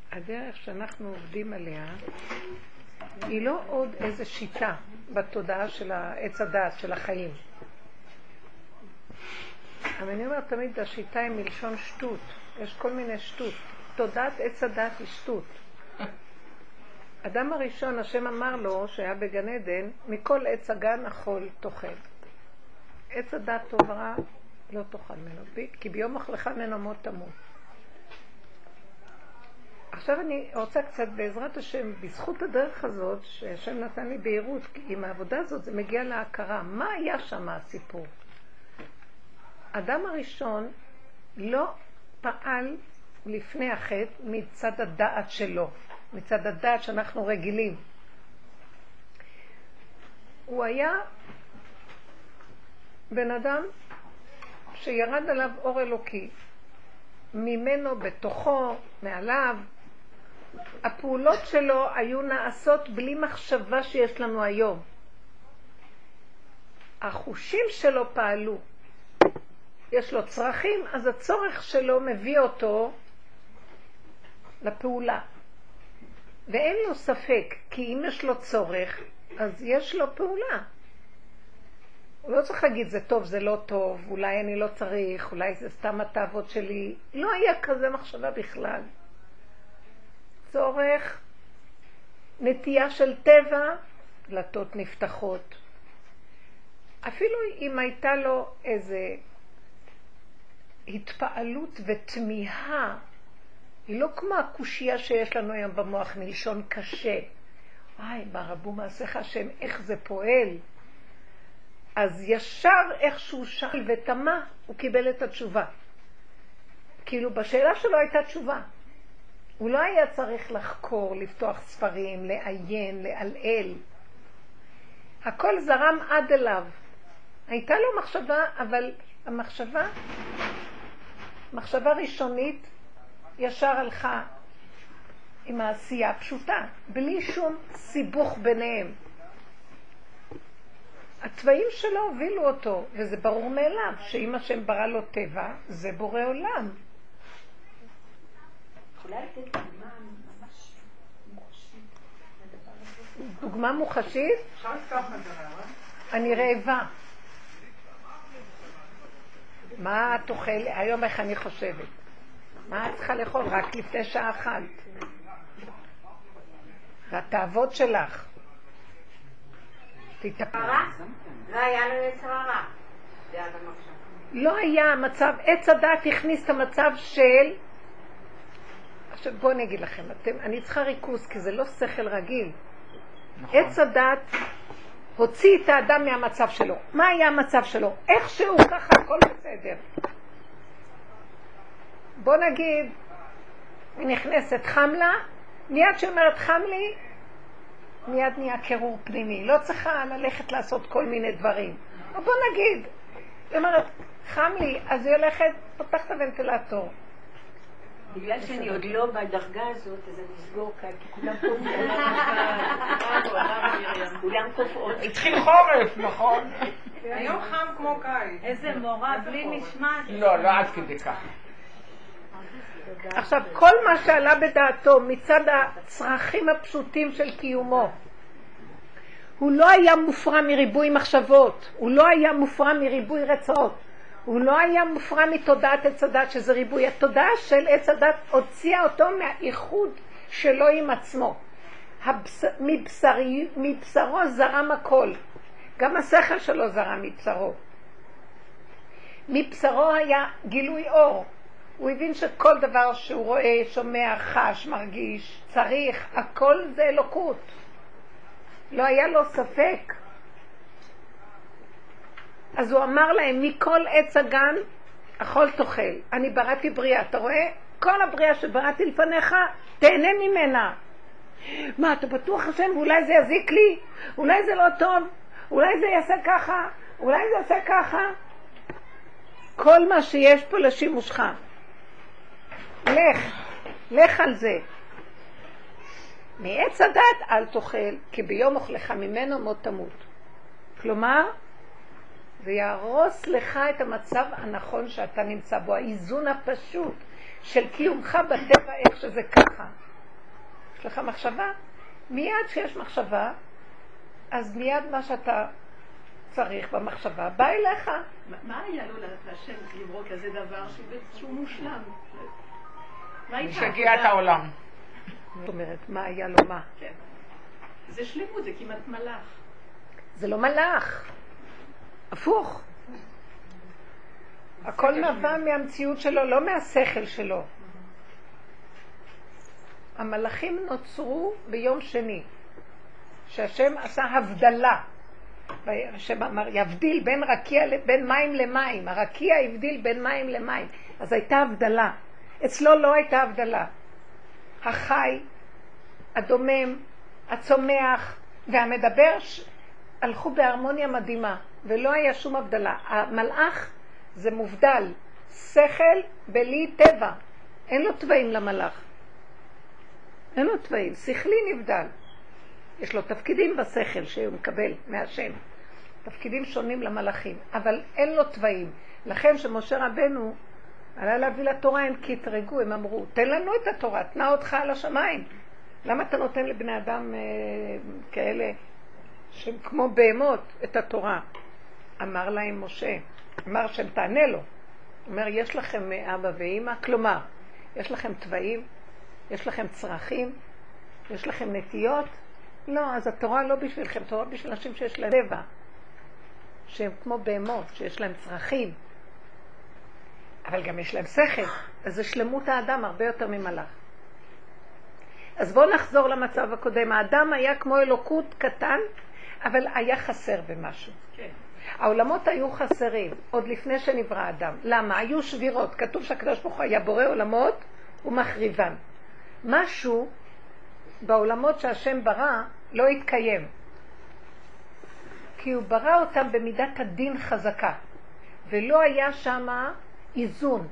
הדרך שאנחנו עובדים עליה היא לא עוד איזו שיטה בתודעה של העץ הדעת, של החיים. אבל אני אומרת תמיד, השיטה היא מלשון שטות. יש כל מיני שטות. תודעת עץ הדעת היא שטות. אדם הראשון, השם אמר לו, שהיה בגן עדן, מכל עץ הגן אכול תאכל. עץ הדעת טוב ורע לא תאכל ממנו, כי ביום אכלך ממנו מות תמות. עכשיו אני רוצה קצת בעזרת השם, בזכות הדרך הזאת, שהשם נתן לי בהירות, עם העבודה הזאת זה מגיע להכרה. מה היה שם הסיפור? אדם הראשון לא פעל לפני החטא מצד הדעת שלו, מצד הדעת שאנחנו רגילים. הוא היה בן אדם שירד עליו אור אלוקי, ממנו, בתוכו, מעליו. הפעולות שלו היו נעשות בלי מחשבה שיש לנו היום. החושים שלו פעלו. יש לו צרכים, אז הצורך שלו מביא אותו לפעולה. ואין לו ספק, כי אם יש לו צורך, אז יש לו פעולה. הוא לא צריך להגיד, זה טוב, זה לא טוב, אולי אני לא צריך, אולי זה סתם התאוות שלי. לא היה כזה מחשבה בכלל. צורך, נטייה של טבע, דלתות נפתחות. אפילו אם הייתה לו איזה התפעלות ותמיהה, היא לא כמו הקושייה שיש לנו היום במוח, מלשון קשה. וואי, מה רבו מעשיך השם, איך זה פועל. אז ישר איכשהו שאל ותמה, הוא קיבל את התשובה. כאילו בשאלה שלו הייתה תשובה. הוא לא היה צריך לחקור, לפתוח ספרים, לעיין, לעלעל. הכל זרם עד אליו. הייתה לו מחשבה, אבל מחשבה ראשונית ישר הלכה עם העשייה פשוטה, בלי שום סיבוך ביניהם. הצבעים שלו הובילו אותו, וזה ברור מאליו, שאם השם ברא לו טבע, זה בורא עולם. יכולה לתת דוגמה ממש מוחשית לדבר הזה? דוגמה מוחשית? אפשר לפתוח מדרה? אני רעבה. מה את אוכל? היום איך אני חושבת? מה את צריכה לאכול? רק לפני שעה אחת. והתאוות שלך. לא היה לו יצר הרע. זה היה במחשב. לא היה המצב, עץ הדעת הכניס את המצב של... עכשיו בואו אני אגיד לכם, אני צריכה ריכוז כי זה לא שכל רגיל. נכון. עץ הדעת הוציא את האדם מהמצב שלו. מה היה המצב שלו? איכשהו ככה הכל בסדר. בוא נגיד, היא נכנסת חם לה, מיד שאומרת חם לי, מיד נהיה קירור פנימי. לא צריכה ללכת לעשות כל מיני דברים. אבל בוא נגיד, היא אומרת, חם לי, אז היא הולכת, פותח את הוונטילטור. בגלל שאני עוד לא בדרגה הזאת, אז אני אסגור כאן, כי כולם כולם קופאות. התחיל חורף, נכון? היום חם כמו קיץ. איזה מורה, בלי נשמע. לא, לא עד כדי כך. עכשיו, כל מה שעלה בדעתו מצד הצרכים הפשוטים של קיומו, הוא לא היה מופרע מריבוי מחשבות, הוא לא היה מופרע מריבוי רצאות, הוא לא היה מופרע מתודעת עץ הדת, שזה ריבוי. התודעה של עץ הדת הוציאה אותו מהאיחוד שלו עם עצמו. מבשרו זרם הכל. גם השכל שלו זרם מבשרו. מבשרו היה גילוי אור. הוא הבין שכל דבר שהוא רואה, שומע, חש, מרגיש, צריך, הכל זה אלוקות. לא היה לו ספק. אז הוא אמר להם, מכל עץ הגן, אכול תאכל. אני בראתי בריאה, אתה רואה? כל הבריאה שבראתי לפניך, תהנה ממנה. מה, אתה בטוח השם? ואולי זה יזיק לי? אולי זה לא טוב? אולי זה יעשה ככה? אולי זה יעשה ככה? כל מה שיש פה לשימושך. לך על זה. מעץ הדת אל תאכל, כי ביום אוכלך ממנו מות תמות. כלומר, זה יהרוס לך את המצב הנכון שאתה נמצא בו, האיזון הפשוט של קיומך בטבע איך שזה ככה. יש לך מחשבה, מיד שיש מחשבה, אז מיד מה שאתה צריך במחשבה בא אליך. מה היה לו להשם לברוא כזה דבר שהוא מושלם? שגיע את העולם. זאת אומרת, מה היה לו מה? כן. זה שלמות, זה כמעט מלאך. זה לא מלאך. הפוך. הכל נבע מהמציאות שלו, לא מהשכל שלו. המלאכים נוצרו ביום שני, שהשם עשה הבדלה. השם אמר, יבדיל בין מים למים. הרקיע הבדיל בין מים למים. אז הייתה הבדלה. אצלו לא הייתה הבדלה. החי, הדומם, הצומח והמדבר הלכו בהרמוניה מדהימה, ולא היה שום הבדלה. המלאך זה מובדל, שכל בלי טבע. אין לו טבעים למלאך. אין לו טבעים, שכלי נבדל. יש לו תפקידים בשכל שהוא מקבל מהשם. תפקידים שונים למלאכים, אבל אין לו טבעים. לכן שמשה רבנו עלה להביא לתורה, הם כתרגו, הם אמרו, תן לנו את התורה, תנה אותך על השמיים. למה אתה נותן לבני אדם כאלה שהם כמו בהמות את התורה? אמר להם משה, אמר שהם תענה לו. אומר, יש לכם אבא ואמא, כלומר, יש לכם טבעים, יש לכם צרכים, יש לכם נטיות? לא, אז התורה לא בשבילכם, תורה בשביל אנשים שיש להם טבע, שהם כמו בהמות, שיש להם צרכים, אבל גם יש להם שכל. אז זה שלמות האדם הרבה יותר ממלאך. אז בואו נחזור למצב הקודם. האדם היה כמו אלוקות קטן, אבל היה חסר במשהו. כן. העולמות היו חסרים עוד לפני שנברא האדם. למה? היו שבירות. כתוב שהקדוש ברוך הוא היה בורא עולמות ומחריבן. משהו בעולמות שהשם ברא לא התקיים. כי הוא ברא אותם במידת הדין חזקה. ולא היה שם איזון.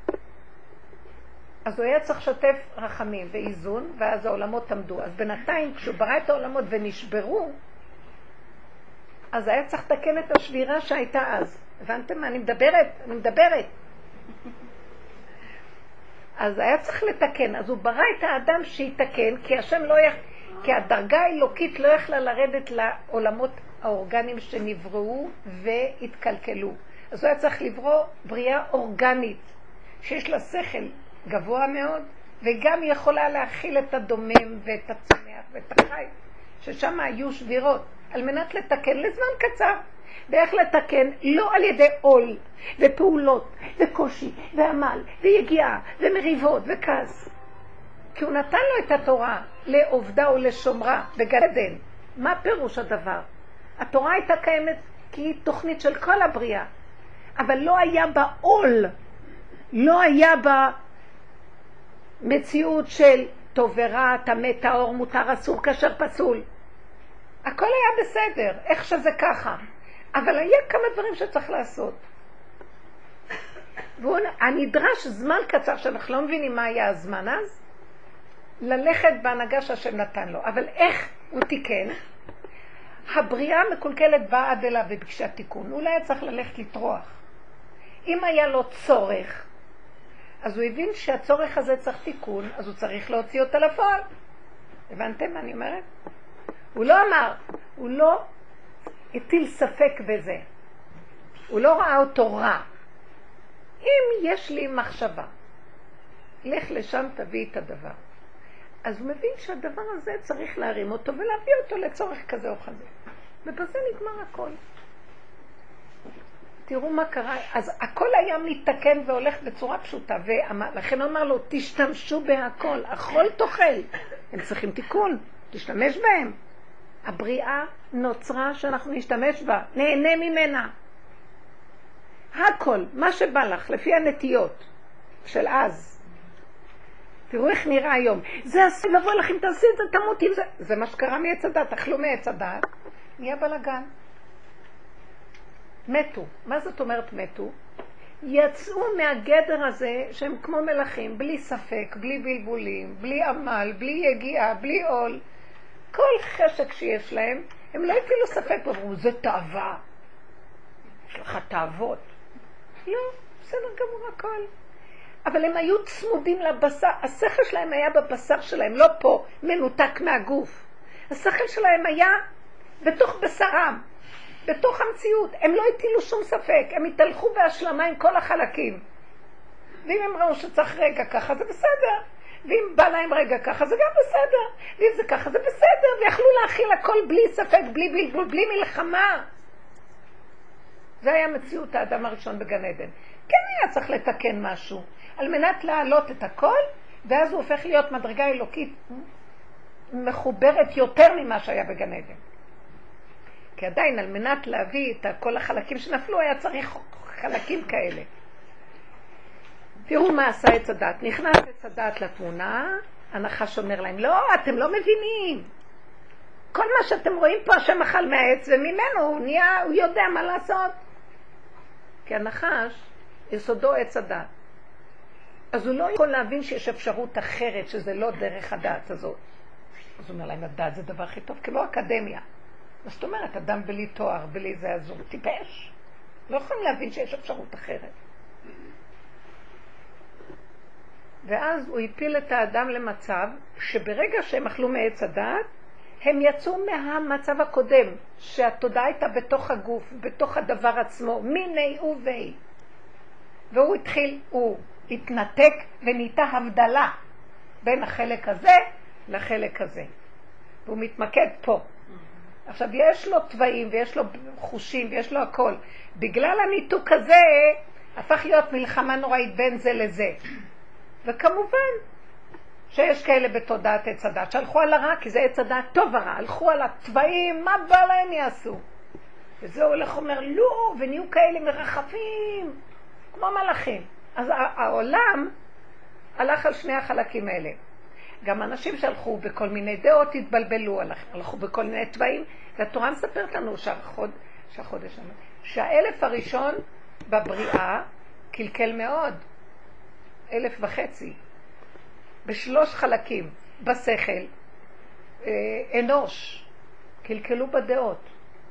אז הוא היה צריך לשתף רחמים ואיזון, ואז העולמות עמדו. אז בינתיים, כשהוא ברא את העולמות ונשברו, אז היה צריך לתקן את השבירה שהייתה אז. הבנתם מה? אני מדברת. אז היה צריך לתקן. אז הוא ברא את האדם שיתקן, כי השם לא כי הדרגה האלוקית לא יכלה לרדת לעולמות האורגניים שנבראו והתקלקלו. אז הוא היה צריך לברוא בריאה אורגנית, שיש לה שכל גבוה מאוד, וגם יכולה להכיל את הדומם ואת הצומח ואת החי, ששם היו שבירות, על מנת לתקן לזמן קצר. ואיך לתקן? לא על ידי עול ופעולות וקושי ועמל ויגיעה ומריבות וכעס. כי הוא נתן לו את התורה לעובדה ולשומרה בגן עדן. מה פירוש הדבר? התורה הייתה קיימת כי היא תוכנית של כל הבריאה, אבל לא היה בה עול, לא היה בה מציאות של טוב ורע, טמא טהור, מותר אסור, כשר פסול. הכל היה בסדר, איך שזה ככה. אבל היה כמה דברים שצריך לעשות. והנדרש זמן קצר, שאנחנו לא מבינים מה היה הזמן אז, ללכת בהנהגה שהשם נתן לו. אבל איך הוא תיקן? הבריאה מקולקלת באה עד אליו וביקשה תיקון. אולי היה צריך ללכת לטרוח. אם היה לו צורך, אז הוא הבין שהצורך הזה צריך תיקון, אז הוא צריך להוציא אותה לפועל. הבנתם מה אני אומרת? הוא לא אמר, הוא לא הטיל ספק בזה. הוא לא ראה אותו רע. אם יש לי מחשבה, לך לשם תביא את הדבר. אז הוא מבין שהדבר הזה צריך להרים אותו ולהביא אותו לצורך כזה או כזה. ובזה נגמר הכל. תראו מה קרה. אז הכל היה מתקן והולך בצורה פשוטה. ולכן אמר לו, תשתמשו בהכל. הכל תאכל. הם צריכים תיקון. תשתמש בהם. הבריאה נוצרה שאנחנו נשתמש בה. נהנה ממנה. הכל. מה שבא לך, לפי הנטיות של אז. תראו איך נראה היום. זה עשוי לבוא לך, אם תעשי את זה, תמות עם זה. זה מה שקרה מעץ הדת. אכלו מעץ הדת. נהיה בלגן. מתו. מה זאת אומרת מתו? יצאו מהגדר הזה שהם כמו מלאכים, בלי ספק, בלי בלבולים, בלי עמל, בלי יגיעה, בלי עול. כל חשק שיש להם, הם לא הפעילו ספק ואמרו, זה תאווה. יש לך תאוות. לא, בסדר גמור הכל. אבל הם היו צמודים לבשר, השכל שלהם היה בבשר שלהם, לא פה, מנותק מהגוף. השכל שלהם היה בתוך בשרם, בתוך המציאות. הם לא הטילו שום ספק, הם התהלכו בהשלמה עם כל החלקים. ואם הם ראו שצריך רגע ככה, זה בסדר. ואם בא להם רגע ככה, זה גם בסדר. ואם זה ככה, זה בסדר. ויכלו להכיל הכל בלי ספק, בלי בלבול, בלי מלחמה. זה היה מציאות האדם הראשון בגן עדן. כן היה צריך לתקן משהו, על מנת להעלות את הכל, ואז הוא הופך להיות מדרגה אלוקית מחוברת יותר ממה שהיה בגן עדן. כי עדיין על מנת להביא את כל החלקים שנפלו, היה צריך חלקים כאלה. תראו מה עשה עץ הדת. נכנס עץ הדת לתמונה, הנחש אומר להם, לא, אתם לא מבינים. כל מה שאתם רואים פה, השם אכל מהעץ, וממנו הוא יודע מה לעשות. כי הנחש, יסודו עץ הדת. אז הוא לא יכול להבין שיש אפשרות אחרת, שזה לא דרך הדת הזאת. אז הוא אומר להם, הדת זה דבר הכי טוב, כמו אקדמיה. זאת אומרת, אדם בלי תואר, בלי זה, אז הוא טיפש. לא יכולים להבין שיש אפשרות אחרת. ואז הוא הפיל את האדם למצב שברגע שהם אכלו מעץ הדת, הם יצאו מהמצב הקודם, שהתודעה הייתה בתוך הגוף, בתוך הדבר עצמו, מיני ובי. והוא הוא התנתק ונהייתה הבדלה בין החלק הזה לחלק הזה. והוא מתמקד פה. עכשיו יש לו טבעים ויש לו חושים ויש לו הכל. בגלל הניתוק הזה הפך להיות מלחמה נוראית בין זה לזה. וכמובן שיש כאלה בתודעת עץ הדת שהלכו על הרע, כי זה עץ הדת טוב ורע, הלכו על הטבעים, מה בא להם יעשו? וזה הולך אומר לא, ונהיו כאלה מרחבים כמו מלאכים. אז העולם הלך על שני החלקים האלה. גם אנשים שהלכו בכל מיני דעות התבלבלו, הלכו בכל מיני טבעים, והתורה מספרת לנו שהחודש שהאלף הראשון בבריאה קלקל מאוד, 1,500 בשלוש חלקים, בשכל, אנוש, קלקלו בדעות,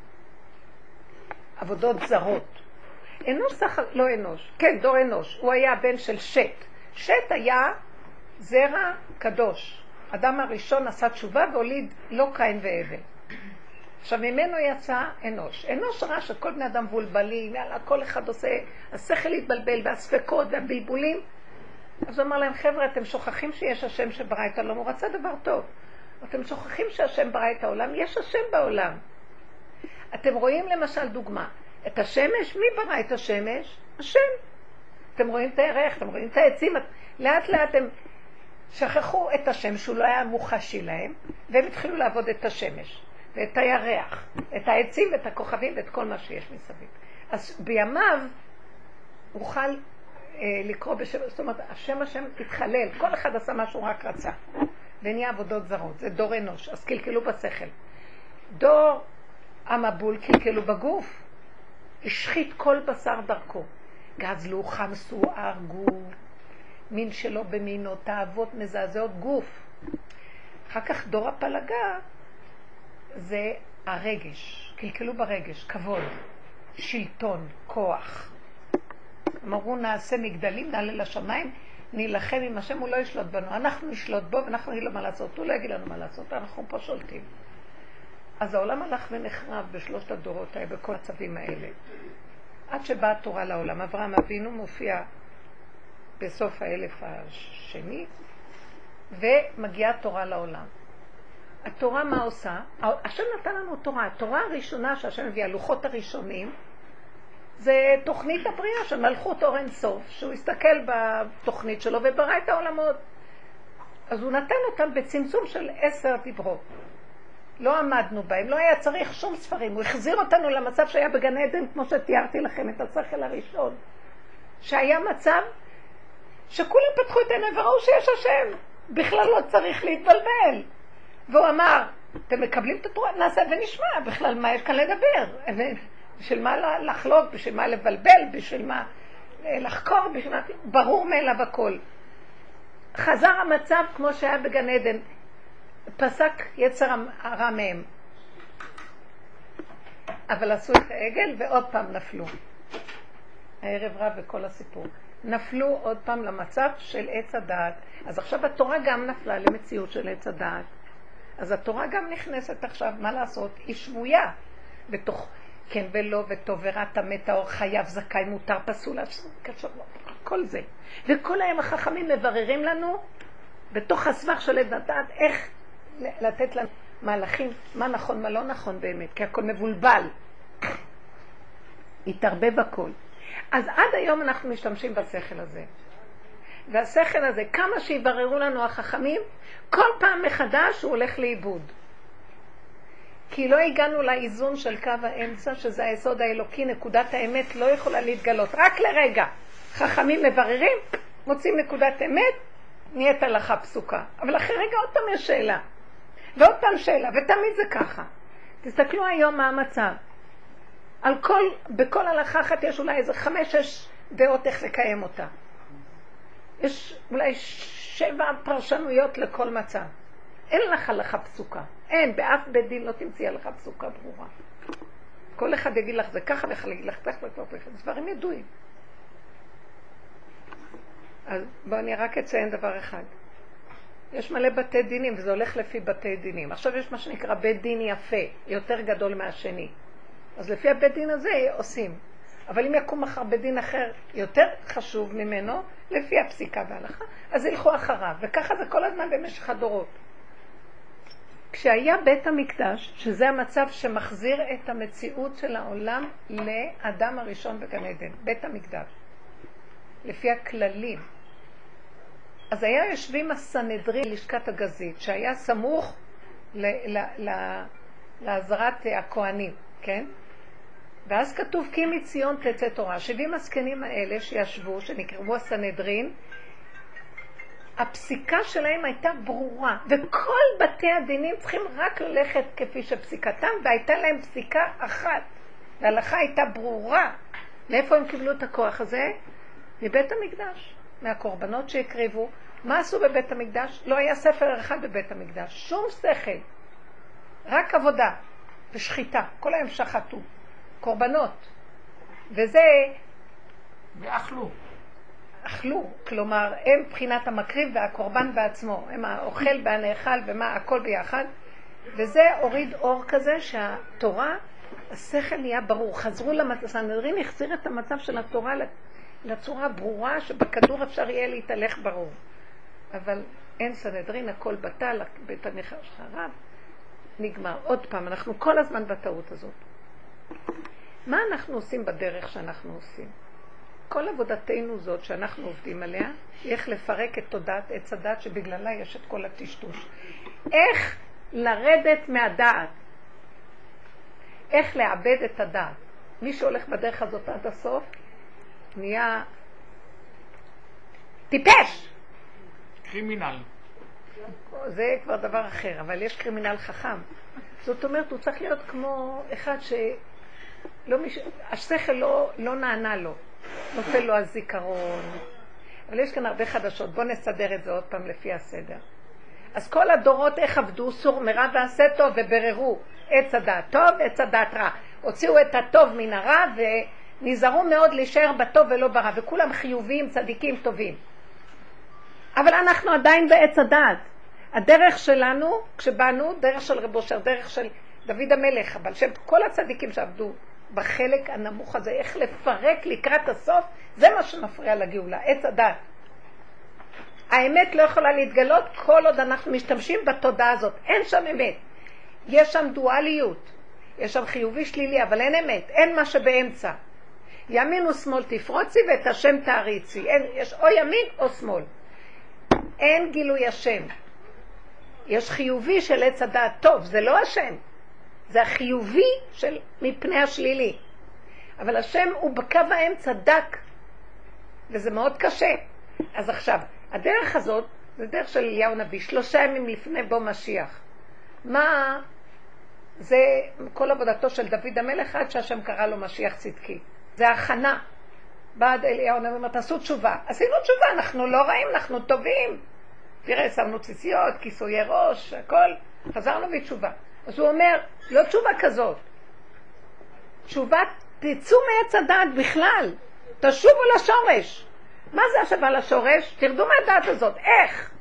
עבודות זרות. אנוש לא אנוש, כן, דור אנוש, הוא היה בן של שת. שת היה זרע קדוש. אדם הראשון עשה תשובה והוליד לא קין והבל. עכשיו ממנו יצא אנוש. אנוש ראה שכל בני אדם מבולבלים, כל אחד עושה, השכל התבלבל והספקות והבלבולים. אז הוא אמר להם, חבר'ה, אתם שוכחים שיש השם שברא את העולם, הוא רצה דבר טוב. אתם שוכחים שהשם ברא את העולם, יש השם בעולם. אתם רואים למשל דוגמה, את השמש, מי ברא את השמש? השם. אתם רואים את הירח, אתם רואים את העצים, לאט לאט הם שכחו את השם שהוא לא היה מוחשי להם, והם התחילו לעבוד את השמש, ואת הירח, את העצים ואת הכוכבים ואת כל מה שיש מסביב. אז בימיו אוכל לקרוא בשם, זאת אומרת, השם התחלל, כל אחד עשה מה שהוא רק רצה, ונהיה עבודות זרות, זה דור אנוש, אז קלקלו בשכל. דור המבול קלקלו בגוף, השחית כל בשר דרכו, גזלו, חמסו, הרגו, מין שלא במינו, תאוות מזעזעות גוף. אחר כך דור הפלגה זה הרגש, קלקלו ברגש, כבוד, שלטון, כוח. אמרו נעשה מגדלים, נעלה לשמיים, נילחם עם השם, הוא לא ישלוט בנו, אנחנו נשלוט בו ואנחנו נגיד לו מה לעשות, הוא לא יגיד לנו מה לעשות, אנחנו פה שולטים. אז העולם הלך ונחרב בשלושת הדורות האלה, בכל הצווים האלה. עד שבאה התורה לעולם, אברהם אבינו מופיע בסוף האלף השני, ומגיעה תורה לעולם. התורה מה עושה? השם נתן לנו תורה. התורה הראשונה שהשם הביא, הלוחות הראשונים, זה תוכנית הבריאה של מלכות אור אין סוף, שהוא הסתכל בתוכנית שלו וברא את העולמות. אז הוא נתן אותם בצמצום של 10 דיברות. לא עמדנו בהם, לא היה צריך שום ספרים. הוא החזיר אותנו למצב שהיה בגן עדן, כמו שתיארתי לכם את השכל הראשון. שהיה מצב שכולם פתחו את עיניהם וראו שיש השם. בכלל לא צריך להתבלבל. והוא אמר, אתם מקבלים את התורה, נעשה ונשמע, בכלל מה יש כאן לדבר? בשביל מה לחלוק, בשביל מה לבלבל, בשביל מה לחקור, בשביל מה... ברור מאליו הכל. חזר המצב כמו שהיה בגן עדן, פסק יצר הרע מהם. אבל עשו את העגל ועוד פעם נפלו. הערב רב וכל הסיפור. נפלו עוד פעם למצב של עץ הדעת. אז עכשיו התורה גם נפלה למציאות של עץ הדעת. אז התורה גם נכנסת עכשיו, מה לעשות? היא שבויה בתוך כן ולא וטוב ורע טמא טהור חייב זכאי מותר פסול קשור כל זה. וכל היום החכמים מבררים לנו בתוך הסבך של עץ הדעת איך לתת לנו מהלכים, מה נכון, מה לא נכון באמת, כי הכל מבולבל. התערבב הכל. אז עד היום אנחנו משתמשים בשכל הזה. והשכל הזה, כמה שיבררו לנו החכמים, כל פעם מחדש הוא הולך לאיבוד. כי לא הגענו לאיזון של קו האמצע, שזה היסוד האלוקי, נקודת האמת לא יכולה להתגלות. רק לרגע. חכמים מבררים, מוצאים נקודת אמת, נהיית הלכה פסוקה. אבל אחרי רגע עוד פעם יש שאלה. ועוד פעם שאלה, ותמיד זה ככה. תסתכלו היום מה המצב. בכל הלכה אחת יש אולי איזה 5-6 דעות איך לקיים אותה. יש אולי 7 פרשנויות לכל מצב. אין לך הלכה פסוקה. אין, באף בית דין לא תמציא הלכה פסוקה ברורה. כל אחד יגיד לך זה ככה, ואחד יגיד לך ככה, דברים ידועים. אז בואו אני רק אציין דבר אחד. יש מלא בתי דינים, וזה הולך לפי בתי דינים. עכשיו יש מה שנקרא בית דין יפה, יותר גדול מהשני. אז לפי הבית דין הזה עושים. אבל אם יקום מחר בית דין אחר יותר חשוב ממנו, לפי הפסיקה וההלכה, אז ילכו אחריו. וככה זה כל הזמן במשך הדורות. כשהיה בית המקדש, שזה המצב שמחזיר את המציאות של העולם לאדם הראשון בגן עדן, בית המקדש, לפי הכללים. אז היה יושבים הסנהדרין לשכת הגזית, שהיה סמוך לעזרת הכהנים, כן? ואז כתוב כי מציון תצא תורה. 70 הזקנים האלה שישבו, שנקראו הסנהדרין, הפסיקה שלהם הייתה ברורה, וכל בתי הדינים צריכים רק ללכת כפי שפסיקתם, והייתה להם פסיקה אחת, וההלכה הייתה ברורה. מאיפה הם קיבלו את הכוח הזה? מבית המקדש, מהקורבנות שהקריבו. מה עשו בבית המקדש? לא היה ספר אחד בבית המקדש, שום שכל, רק עבודה ושחיטה, כל היום שחטו, קורבנות, וזה... אכלו, כלומר הם בחינת המקריב והקורבן בעצמו, הם האוכל והנאכל ומה, הכל ביחד, וזה הוריד אור כזה שהתורה, השכל נהיה ברור. חזרו הסנהדרין, החזיר את המצב של התורה לצורה ברורה שבכדור אפשר יהיה להתהלך ברור. אבל אין סנהדרין, הכל בטל, בית המקדש חרב, נגמר. עוד פעם, אנחנו כל הזמן בטעות הזאת. מה אנחנו עושים בדרך שאנחנו עושים? כל עבודתנו זאת שאנחנו עובדים עליה, איך לפרק את תודעת עץ הדעת שבגללה יש את כל הטשטוש. איך לרדת מהדעת. איך לאבד את הדעת. מי שהולך בדרך הזאת עד הסוף, נהיה טיפש. קרימינל. זה כבר דבר אחר, אבל יש קרימינל חכם. זאת אומרת, הוא צריך להיות כמו אחד השכל לא נענה לו. נופל לו הזיכרון. אבל יש כאן הרבה חדשות. בואו נסדר את זה עוד פעם לפי הסדר. אז כל הדורות איך עבדו? סור מרע ועשה טוב, ובררו עץ הדעת טוב ועץ הדעת רע. הוציאו את הטוב מן הרע ונזהרו מאוד להישאר בטוב ולא ברע. וכולם חיוביים, צדיקים, טובים. אבל אנחנו עדיין בעץ הדעת. הדרך שלנו, כשבאנו, דרך של רב אושר, דרך של דוד המלך, אבל שם כל הצדיקים שעבדו בחלק הנמוך הזה, איך לפרק לקראת הסוף, זה מה שמפריע לגאולה, עץ הדעת. האמת לא יכולה להתגלות כל עוד אנחנו משתמשים בתודעה הזאת. אין שם אמת. יש שם דואליות. יש שם חיובי שלילי, אבל אין אמת. אין מה שבאמצע. ימין ושמאל תפרוצי ואת השם תעריצי. יש או ימין או שמאל. אין גילוי השם. יש חיובי של עץ הדעת טוב, זה לא השם. זה החיובי מפני השלילי. אבל השם הוא בקו האמצע דק. וזה מאוד קשה. אז עכשיו, הדרך הזאת, זה דרך של אליהו נביא, 3 ימים לפני בוא משיח. מה? זה כל עבודתו של דוד המלך עד שהשם קרא לו משיח צדקי. זה הכנה. בעד אליהו נביא, תעשו תשובה. עשינו תשובה, אנחנו לא רעים, אנחנו טובים. תראה, שמנו ציציות, כיסויי ראש, הכל. חזרנו בתשובה. אז הוא אומר, לא תשובה כזאת. תשובה, תצאו מעץ הדעת בכלל. תשובו לשורש. מה זה השבה לשורש? תרדו מהדעת הזאת. איך?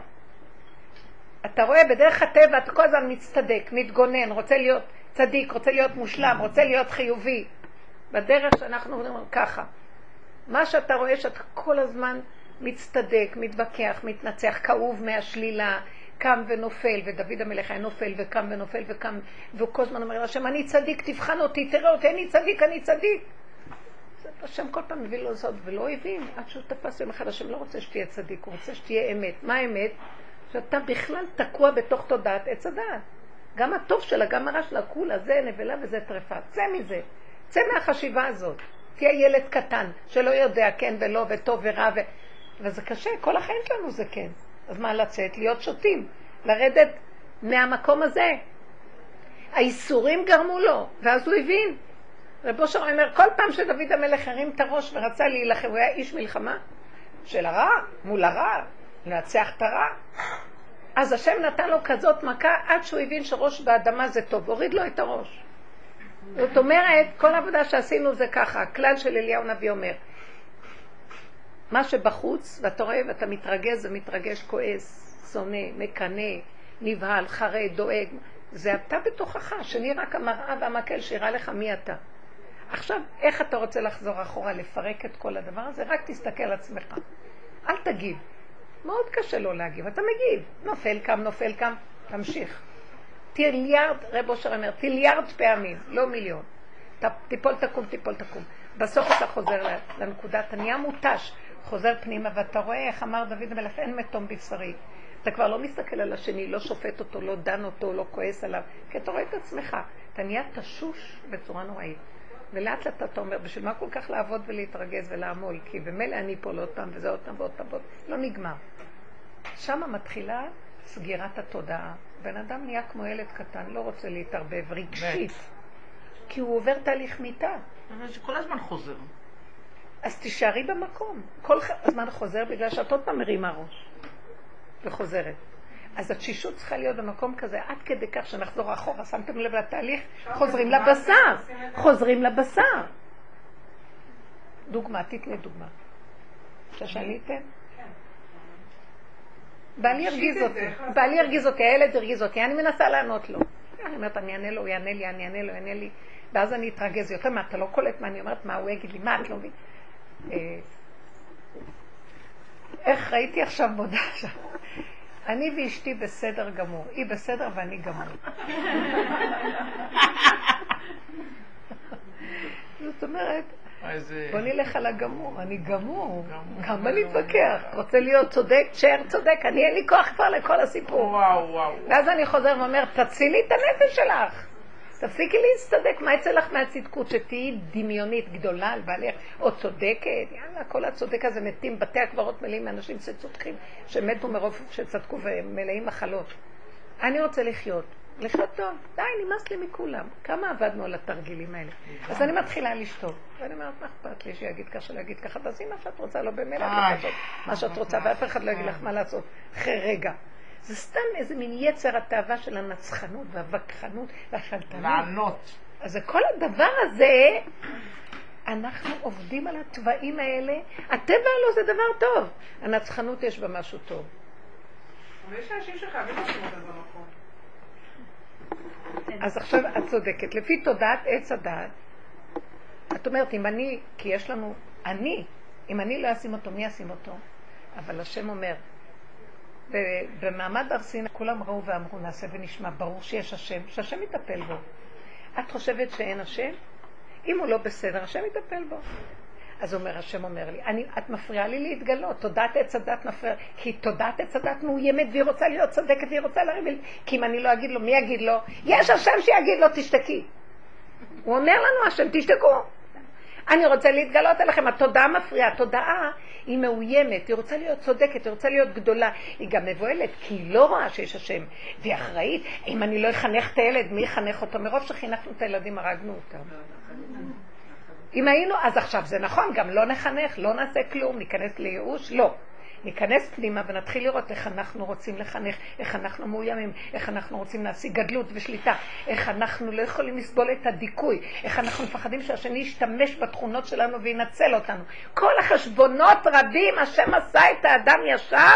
אתה רואה בדרך הטבע, אתה כל הזמן מצטדק, מתגונן, רוצה להיות צדיק, רוצה להיות מושלם, רוצה להיות חיובי. בדרך שאנחנו אומרים ככה. מה שאתה רואה שאתה כל הזמן מצטדק, מתווכח, מתנצח, כאוב מהשלילה, קם ונופל, ודוד המלך היה נופל וקם ונופל וקם, והוא כל הזמן אומר להשם, אני צדיק, תבחן אותי, תראה אותי, אני צדיק, אני צדיק. השם כל פעם מביא לו זאת, ולא הבין, עד שהוא תפס יום אחד, השם לא רוצה שתהיה צדיק, הוא רוצה שתהיה אמת. מה האמת? שאתה בכלל תקוע בתוך תודעת עץ הדעת. גם הטוב שלה, גם הרע שלה, כולה, זה נבלה וזה טרפה. צא מזה, צא מהחשיבה הזאת. תהיה ילד קטן, שלא יודע כן ולא וטוב ורע וזה קשה, כל החיים שלנו זה כן. אז מה לצאת? להיות שוטים, לרדת מהמקום הזה. האיסורים גרמו לו, ואז הוא הבין. רב אושר אומר, כל פעם שדוד המלך הרים את הראש ורצה להילחם, הוא היה איש מלחמה של הרע, מול הרע, לנצח את הרע. אז השם נתן לו כזאת מכה עד שהוא הבין שראש באדמה זה טוב, הוריד לו את הראש. זאת אומרת, כל העבודה שעשינו זה ככה, הכלל של אליהו נביא אומר, מה שבחוץ, ואתה רואה ואתה מתרגז ומתרגש, כועס, שונא, מקנא, נבהל, חרד, דואג, זה אתה בתוכך, שאני רק המראה והמקל שירה לך מי אתה. עכשיו, איך אתה רוצה לחזור אחורה, לפרק את כל הדבר הזה? רק תסתכל על עצמך. אל תגיב. מאוד קשה לא להגיב, אתה מגיב. נופל קם, נופל קם, תמשיך. טיליארד, רב אושר אומר, טיליארד פעמים, לא מיליון. תיפול תקום, תיפול תקום. בסוף אתה חוזר לנקודה, אתה נהיה מוטש, חוזר פנימה, ואתה רואה איך אמר דוד המלך, אין מתום בשרי. אתה כבר לא מסתכל על השני, לא שופט אותו, לא דן אותו, לא כועס עליו, כי אתה רואה את עצמך. אתה נהיה תשוש בצורה נוראית. ולאט לאט אתה אומר, בשביל מה כל כך לעבוד ולהתרגז ולעמול? כי במילא אני פה לא אותם וזה אותם ועוד פעם ועוד. לא נגמר. שם מתחילה סגירת התודעה. בן אדם נהיה כמו ילד קטן, לא רוצה להתערבב רגשית. כי הוא עובר תהליך מיטה. אבל זה כל הזמן חוזר. אז תישארי במקום. כל הזמן חוזר בגלל שאת עוד פעם מרימה ראש. וחוזרת. אז התשישות צריכה להיות במקום כזה, עד כדי כך שנחזור אחורה, שמתם לב לתהליך, חוזרים לבשר. חוזרים לבשר. דוגמה, תתני דוגמה. ששאלי אתן? בעלי הרגיז אותי, הילד הרגיז אותי, אני מנסה לענות לו. אני אומרת, אני אענה לו, הוא יענה לי, אני אענה לו, יענה לי. ואז אני אתרגז יותר, מה, אתה לא קולט מה אני אומרת, מה הוא יגיד לי, מה את לא מבין? איך ראיתי עכשיו מודע שם? אני ואשתי בסדר גמור, היא בסדר ואני גמור. זאת אומרת, בוא נלך על הגמור, אני גמור, גם אני מתווכח, רוצה להיות צודק, תשאר צודק, אני אין לי כוח כבר לכל הסיפור. ואז אני חוזר ואומר, תצילי את הנפש שלך, תפסיקי להסתדק, מה יצא לך מהצדקות, שתהיי דמיונית גדולה על בעלך, או צודקת, יאללה, כל הצודק הזה מתים, בתי הקברות מלאים מאנשים שצודקים, שמתו מרוב שצדקו ומלאים מחלות. אני רוצה לחיות טוב, די, נמאס לי מכולם. כמה עבדנו על התרגילים האלה? אז אני מתחילה לשתות, ואני אומרת, מה אכפת לי שיגיד ככה, להגיד ככה, תעשי מה שאת רוצה, לא במילא, מה שאת רוצה, ואף אחד לא יגיד לך מה לעשות, אחרי רגע. זה סתם איזה מין יצר התאווה של הנצחנות והווכחנות והשלטנות. לענות. אז כל הדבר הזה, אנחנו עובדים על הטבעים האלה. הטבע לא זה דבר טוב. הנצחנות יש בה משהו טוב. אבל יש אנשים שחייבים לשים אותם במקום. אז עכשיו את צודקת. לפי תודעת עץ הדעת, את אומרת, אם אני, כי יש לנו, אם אני לא אשים אותו, מי אשים אותו? אבל השם אומר, במעמד הר סיני כולם ראו ואמרו, נעשה ונשמע, ברור שיש השם, שהשם יטפל בו. את חושבת שאין השם? אם הוא לא בסדר, השם יטפל בו. אז השם אומר לי, את מפריעה לי להתגלות, תודעת עץ הדת מפריעה, כי תודעת עץ הדת מאוימת והיא רוצה להיות צדקת והיא רוצה להריב, כי אם אני לא אגיד לו, מי יגיד לו? יש השם שיגיד לו, תשתקי. הוא אומר לנו, השם, תשתקו. אני רוצה להתגלות עליכם, התודעה מפריעה, התודעה היא מאוימת, היא רוצה להיות צודקת, היא רוצה להיות גדולה, היא גם מבועלת, כי היא לא רואה שיש השם, והיא אחראית, אם אני לא אחנך את הילד, מי יחנך אותו? מרוב שחינכנו את הילדים, הרגנו אותם. אם היינו, אז עכשיו זה נכון, גם לא נחנך, לא נעשה כלום, ניכנס לייאוש, לא. ניכנס פנימה ונתחיל לראות איך אנחנו רוצים לחנך, איך אנחנו מאוימים, איך אנחנו רוצים להשיג גדלות ושליטה, איך אנחנו לא יכולים לסבול את הדיכוי, איך אנחנו מפחדים שהשני ישתמש בתכונות שלנו וינצל אותנו. כל החשבונות רבים, השם עשה את האדם ישר,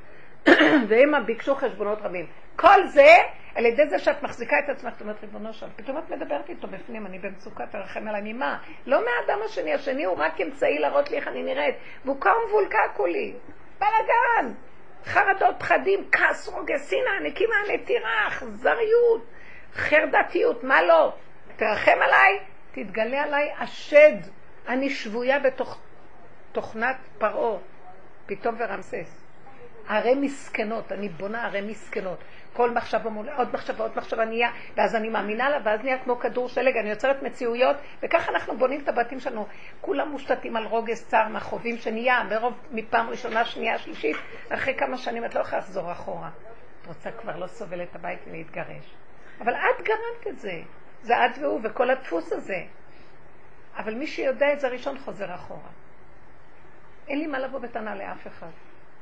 ואמא ביקשו חשבונות רבים. כל זה, על ידי זה שאת מחזיקה את עצמך, את אומרת ריבונו שם, פתאום את מדברת איתו בפנים, אני במצוקה, תרחם עליי, ממה? לא מהאדם השני, השני הוא רק אמצעי להראות לי איך אני נראית, והוא קם מבולקה כולי, בלגן, חרדות, פחדים, כעס, רוגז, שנאה, נקימה, נטירה, אכזריות, חרדתיות, מה לא? תרחם עליי, תתגלה עליי השד, אני שבויה בתוך תוכנת פרעה, פתאום ורמסס. הרי מסכנות, אני בונה הרי מסכנות. כל מחשבה מול עוד מחשבה נהיה, ואז אני מאמינה לה, ואז נהיה כמו כדור שלג, אני יוצרת מציאויות, וככה אנחנו בונים את הבתים שלנו. כולם מושתתים על רוגז צער מהחובים שנהיה, ברוב מפעם ראשונה, שנייה, שלישית, אחרי כמה שנים את לא יכולה לחזור אחורה. את רוצה כבר לא סובל את הבית ולהתגרש. אבל את גרמת את זה. זה את והוא וכל הדפוס הזה. אבל מי שיודע את זה ראשון חוזר אחורה. אין לי מה לבוא בטענה לאף אחד.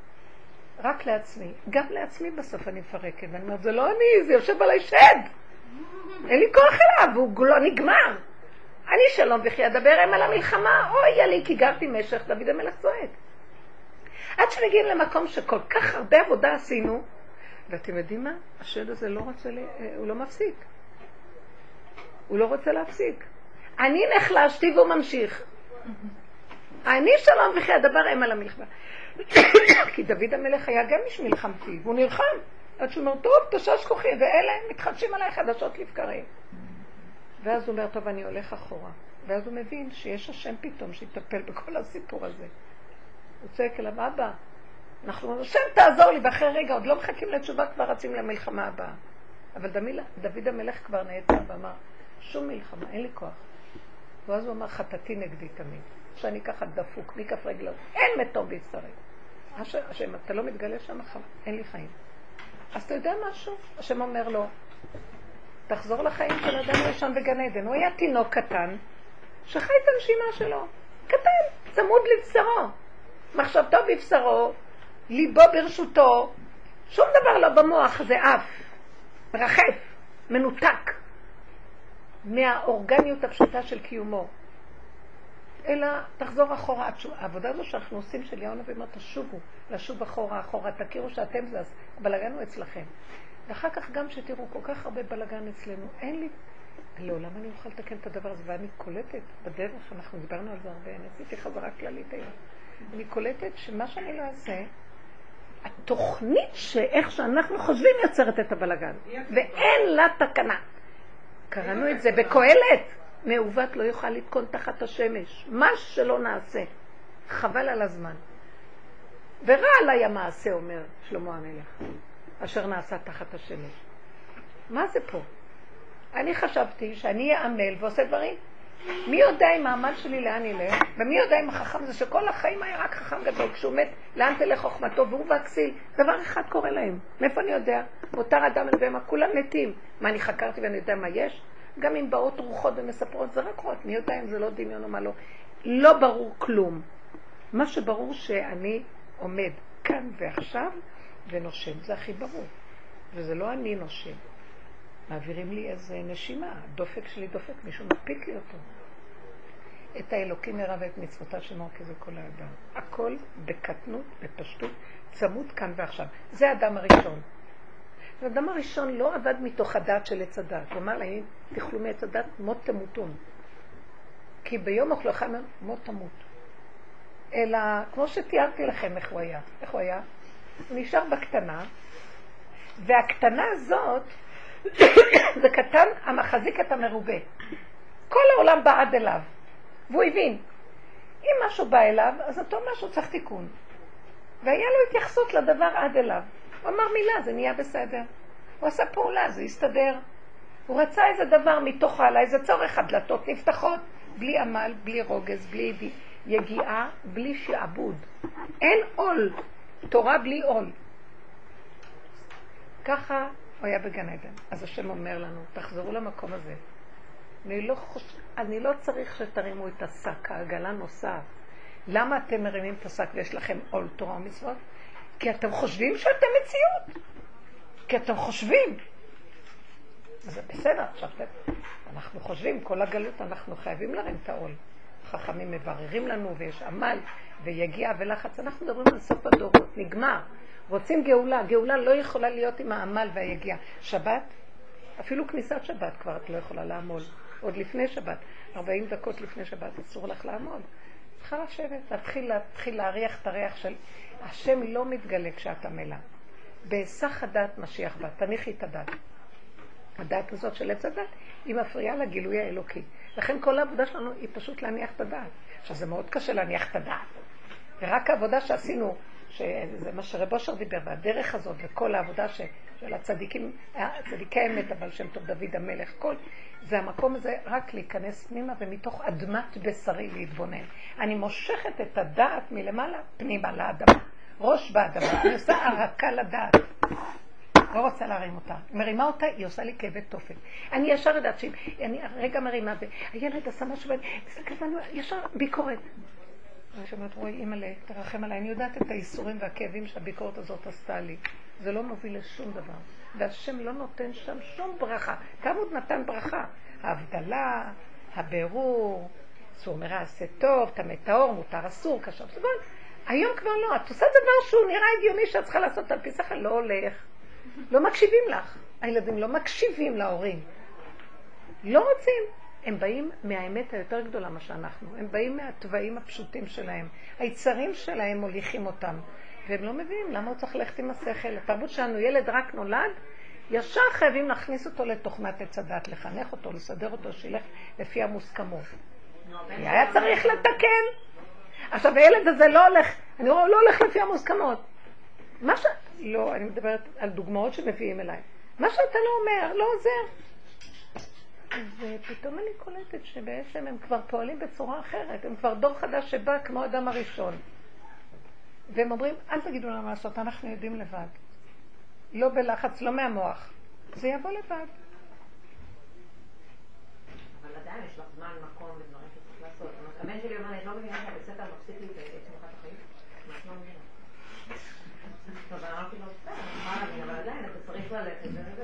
רק לעצמי. גם לעצמי בסוף אני מפרקת. ואני אומרת, זה לא אני, זה יושב עליי שד. אין לי כוח אליו, והוא לא נגמר. אני שלום וכי אדבר הם על המלחמה. אוי, לי, כי גרתי משך, דוד המלך צועק. עד שנגיעים למקום שכל כך הרבה עבודה עשינו, ואתם יודעים מה? השד הזה לא רוצה, הוא לא מפסיק. הוא לא רוצה להפסיק. אני נחלשתי והוא ממשיך. אני שלום וכי אדבר הם על המלחמה. כי דוד המלך היה גם איש מלחמתי, והוא נלחם. עד שהוא אומר, טוב, תשש כוחי, ואלה מתחדשים עליי חדשות לבקרים. ואז הוא אומר, טוב, אני הולך אחורה. ואז הוא מבין שיש השם פתאום שיטפל בכל הסיפור הזה. הוא צועק אליו, אבא, אנחנו אומרים, השם תעזור לי, ואחרי רגע, עוד לא מחכים לתשובה, כבר רצים למלחמה הבאה. אבל דוד המלך כבר נעצר ואמר, שום מלחמה, אין לי כוח. ואז הוא אמר, חטאתי נגדי תמיד. שאני ככה דפוק, מכף רגלו, אין מתום ביצטרק. השם, אתה לא מתגלה שם, אין לי חיים. אז אתה יודע משהו? השם אומר לו, תחזור לחיים של אדם ראשון בגן עדן. הוא היה תינוק קטן, שחי את הנשימה שלו. קטן, צמוד לבשרו. מחשבתו בבשרו, ליבו ברשותו, שום דבר לא במוח, זה אף. מרחף, מנותק. מהאורגניות הפשוטה של קיומו. אלא תחזור אחורה. העבודה הזו שאנחנו עושים של יאון אבימה, תשובו, לשוב אחורה, תכירו שאתם זה, הבלגן הוא אצלכם. ואחר כך גם שתראו כל כך הרבה בלגן אצלנו, אין לי, לעולם אני אוכל לתקן את הדבר הזה, ואני קולטת בדרך, אנחנו דיברנו על זה הרבה, אני עשיתי חזרה כללית היום. אני קולטת שמה שאני לא אעשה, התוכנית שאיך שאנחנו חושבים יוצרת את הבלגן, ואין לה תקנה. קראנו את זה בקהלת. מעוות לא יוכל לתקון תחת השמש. מה שלא נעשה. חבל על הזמן. ורע עליי המעשה, אומר שלמה המלך, אשר נעשה תחת השמש. מה זה פה? אני חשבתי שאני אעמל ועושה דברים. מי יודע אם העמל שלי לאן ילך? ומי יודע אם החכם זה שכל החיים היה רק חכם גדול. כשהוא מת, לאן תלך חוכמתו? והוא והכסיל. דבר אחד קורה להם. מאיפה אני יודע? מותר אדם ובהמה, כולם מתים. מה, אני חקרתי ואני יודע מה יש? גם אם באות רוחות ומספרות, זה רק רוחות. מי יודע אם זה לא דמיון או מה לא? לא ברור כלום. מה שברור שאני עומד כאן ועכשיו ונושם. זה הכי ברור. וזה לא אני נושם. מעבירים לי איזה נשימה, דופק שלי דופק, מישהו מפיק לי אותו. את האלוקים הרע ואת מצוותיו שמור כזה כל האדם. הכל בקטנות, בפשטות, צמוד כאן ועכשיו. זה האדם הראשון. האדם הראשון לא עבד מתוך הדעת של עץ הדת. הוא אמר להם, תאכלו מעץ הדת, מות תמותון. כי ביום אוכלכם מות תמות. אלא, כמו שתיארתי לכם איך הוא היה. איך הוא היה? הוא נשאר בקטנה, והקטנה הזאת, זה קטן המחזיק את המרובה. כל העולם בא עד אליו. והוא הבין, אם משהו בא אליו, אז אותו משהו צריך תיקון. והיה לו התייחסות לדבר עד אליו. הוא אמר מילה, זה נהיה בסדר. הוא עשה פעולה, זה הסתדר. הוא רצה איזה דבר מתוך העלה, איזה צורך, הדלתות נפתחות, בלי עמל, בלי רוגז, בלי יגיעה, בלי שעבוד. אין עול, תורה בלי עול. ככה הוא היה בגן עדן. אז השם אומר לנו, תחזרו למקום הזה. אני לא צריך שתרימו את השק, העגלה נוסעת. למה אתם מרימים את השק ויש לכם עול תורה ומצוות? כי אתם חושבים שאתם מציאות. כי אתם חושבים. זה בסדר, עכשיו אנחנו חושבים, כל הגלות אנחנו חייבים להרים את העול. חכמים מבררים לנו ויש עמל ויגיע ולחץ. אנחנו מדברים על סוף הדורות, נגמר. רוצים גאולה, גאולה לא יכולה להיות עם העמל והיגיע. שבת, אפילו כניסת שבת כבר את לא יכולה לעמול. עוד לפני שבת, 40 דקות לפני שבת אסור לך לעמול. צריכה לשבת, להתחיל להריח את הריח של... השם לא מתגלה כשאת עמלה. בהיסח הדעת משיח בה, תניחי את הדעת. הדעת הזאת של עץ הדת, היא מפריעה לגילוי האלוקי. לכן כל העבודה שלנו היא פשוט להניח את הדעת. עכשיו זה מאוד קשה להניח את הדעת. ורק העבודה שעשינו, שזה מה שרב אושר דיבר, והדרך הזאת וכל העבודה של הצדיקים, צדיקי האמת, אבל שם טוב דוד המלך, כל זה המקום הזה רק להיכנס פנימה ומתוך אדמת בשרי להתבונן. אני מושכת את הדעת מלמעלה פנימה לאדמה, ראש באדמה, אני עושה הרקה לדעת. לא רוצה להרים אותה. מרימה אותה, היא עושה לי כאבי תופת. אני ישר יודעת שאני רגע מרימה, והילד עשה משהו, ואני ישר ביקורת. אני שומעת, רואי, אימא'לה, תרחם עליי. אני יודעת את האיסורים והכאבים שהביקורת הזאת עשתה לי. זה לא מוביל לשום דבר. והשם לא נותן שם שום ברכה. כמה עוד נתן ברכה? ההבדלה, הבירור, אסור מרע עשה טוב, טמא טהור, מותר אסור, קשר. היום כבר לא. את עושה דבר שהוא נראה הגיוני שאת צריכה לעשות על פי שכל, לא הולך. לא מקשיבים לך. הילדים לא מקשיבים להורים. לא רוצים. הם באים מהאמת היותר גדולה מה שאנחנו. הם באים מהטבעים הפשוטים שלהם. היצרים שלהם מוליכים אותם. והם לא מבינים למה הוא צריך ללכת עם השכל. התרבות שלנו, ילד רק נולד, ישר חייבים להכניס אותו לתוכנת עץ הדת, לחנך אותו, לסדר אותו, שילך לפי המוסכמות. היה צריך לתקן. עכשיו הילד הזה לא הולך, אני לא הולך לפי המוסכמות. מה ש... לא, אני מדברת על דוגמאות שמביאים אליי. מה שאתה לא אומר, לא עוזר. ופתאום אני קולטת שבעצם הם כבר פועלים בצורה אחרת. הם כבר דור חדש שבא כמו אדם הראשון. והם אומרים, אל תגידו לנו מה לעשות, אנחנו יודעים לבד. לא בלחץ, לא מהמוח. זה יבוא לבד. אבל עדיין יש לך זמן, מקום ודברים שצריך לעשות. הבן שלי אומר, אני לא מבינה שהבית ספר מפסיק לי את שמחת החיים. מה את לא מבינה? טוב, אני אמרתי לו, בסדר, אני יכולה להבין, אבל עדיין אתה צריך ללכת וזה,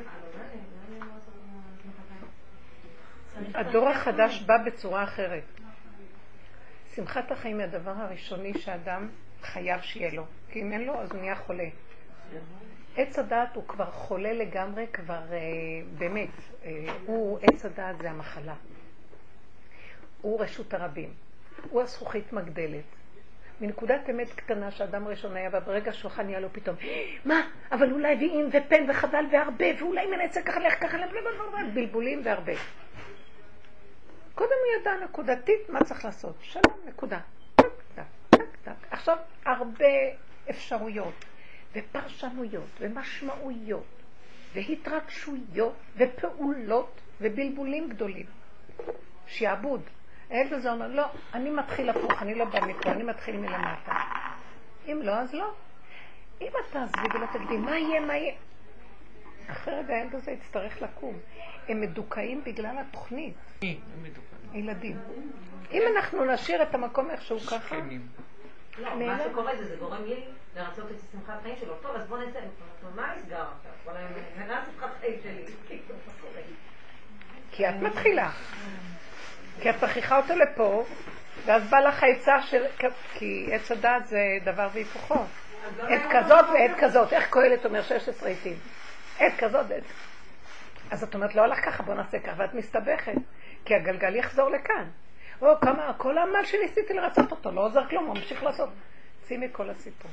הדור החדש בא בצורה אחרת. שמחת החיים היא הדבר הראשוני שאדם חייב שיהיה לו. כי אם אין לו, אז הוא נהיה חולה. עץ הדעת הוא כבר חולה לגמרי, כבר באמת. עץ הדעת זה המחלה. הוא רשות הרבים. הוא הזכוכית מגדלת. מנקודת אמת קטנה שאדם ראשון היה, וברגע שלך נהיה לו פתאום, מה? אבל אולי ואם ופן וחבל והרבה, ואולי מנצל ככה לך ככה, בלבולים והרבה. קודם הוא ידע נקודתית מה צריך לעשות. שלום, נקודה. טק, טק, טק, טק. עכשיו הרבה אפשרויות, ופרשנויות, ומשמעויות, והתרגשויות, ופעולות, ובלבולים גדולים. שיעבוד. הילד הזה אומר, לא, אני מתחיל הפוך, אני לא בא מפה, אני מתחיל מלמטה. אם לא, אז לא. אם אתה עזבי ולא תגידי, מה יהיה, מה יהיה? אחרי רגע הילד הזה יצטרך לקום. הם מדוכאים בגלל התוכנית. ילדים. אם אנחנו נשאיר את המקום איכשהו ככה... לא, מה שקורה זה גורם לי לרצות את שמחת חיים שלו. טוב, אז בוא נצא. מה נסגר עכשיו? אבל אני מנהל שמחת חיים שלי. כי את מתחילה. כי את מכריחה אותו לפה, ואז בא לך העצה של... כי עץ הדעת זה דבר והיפוכו. עת כזאת ועת כזאת. איך קהלת אומר 16 עתים? עת כזאת, עת. אז את אומרת, לא הלך ככה, בוא נעשה ככה, ואת מסתבכת. כי הגלגל יחזור לכאן. כל העמל שניסיתי לרצות אותו, לא עוזר כלום, הוא ממשיך לעשות. שימי כל הסיפור.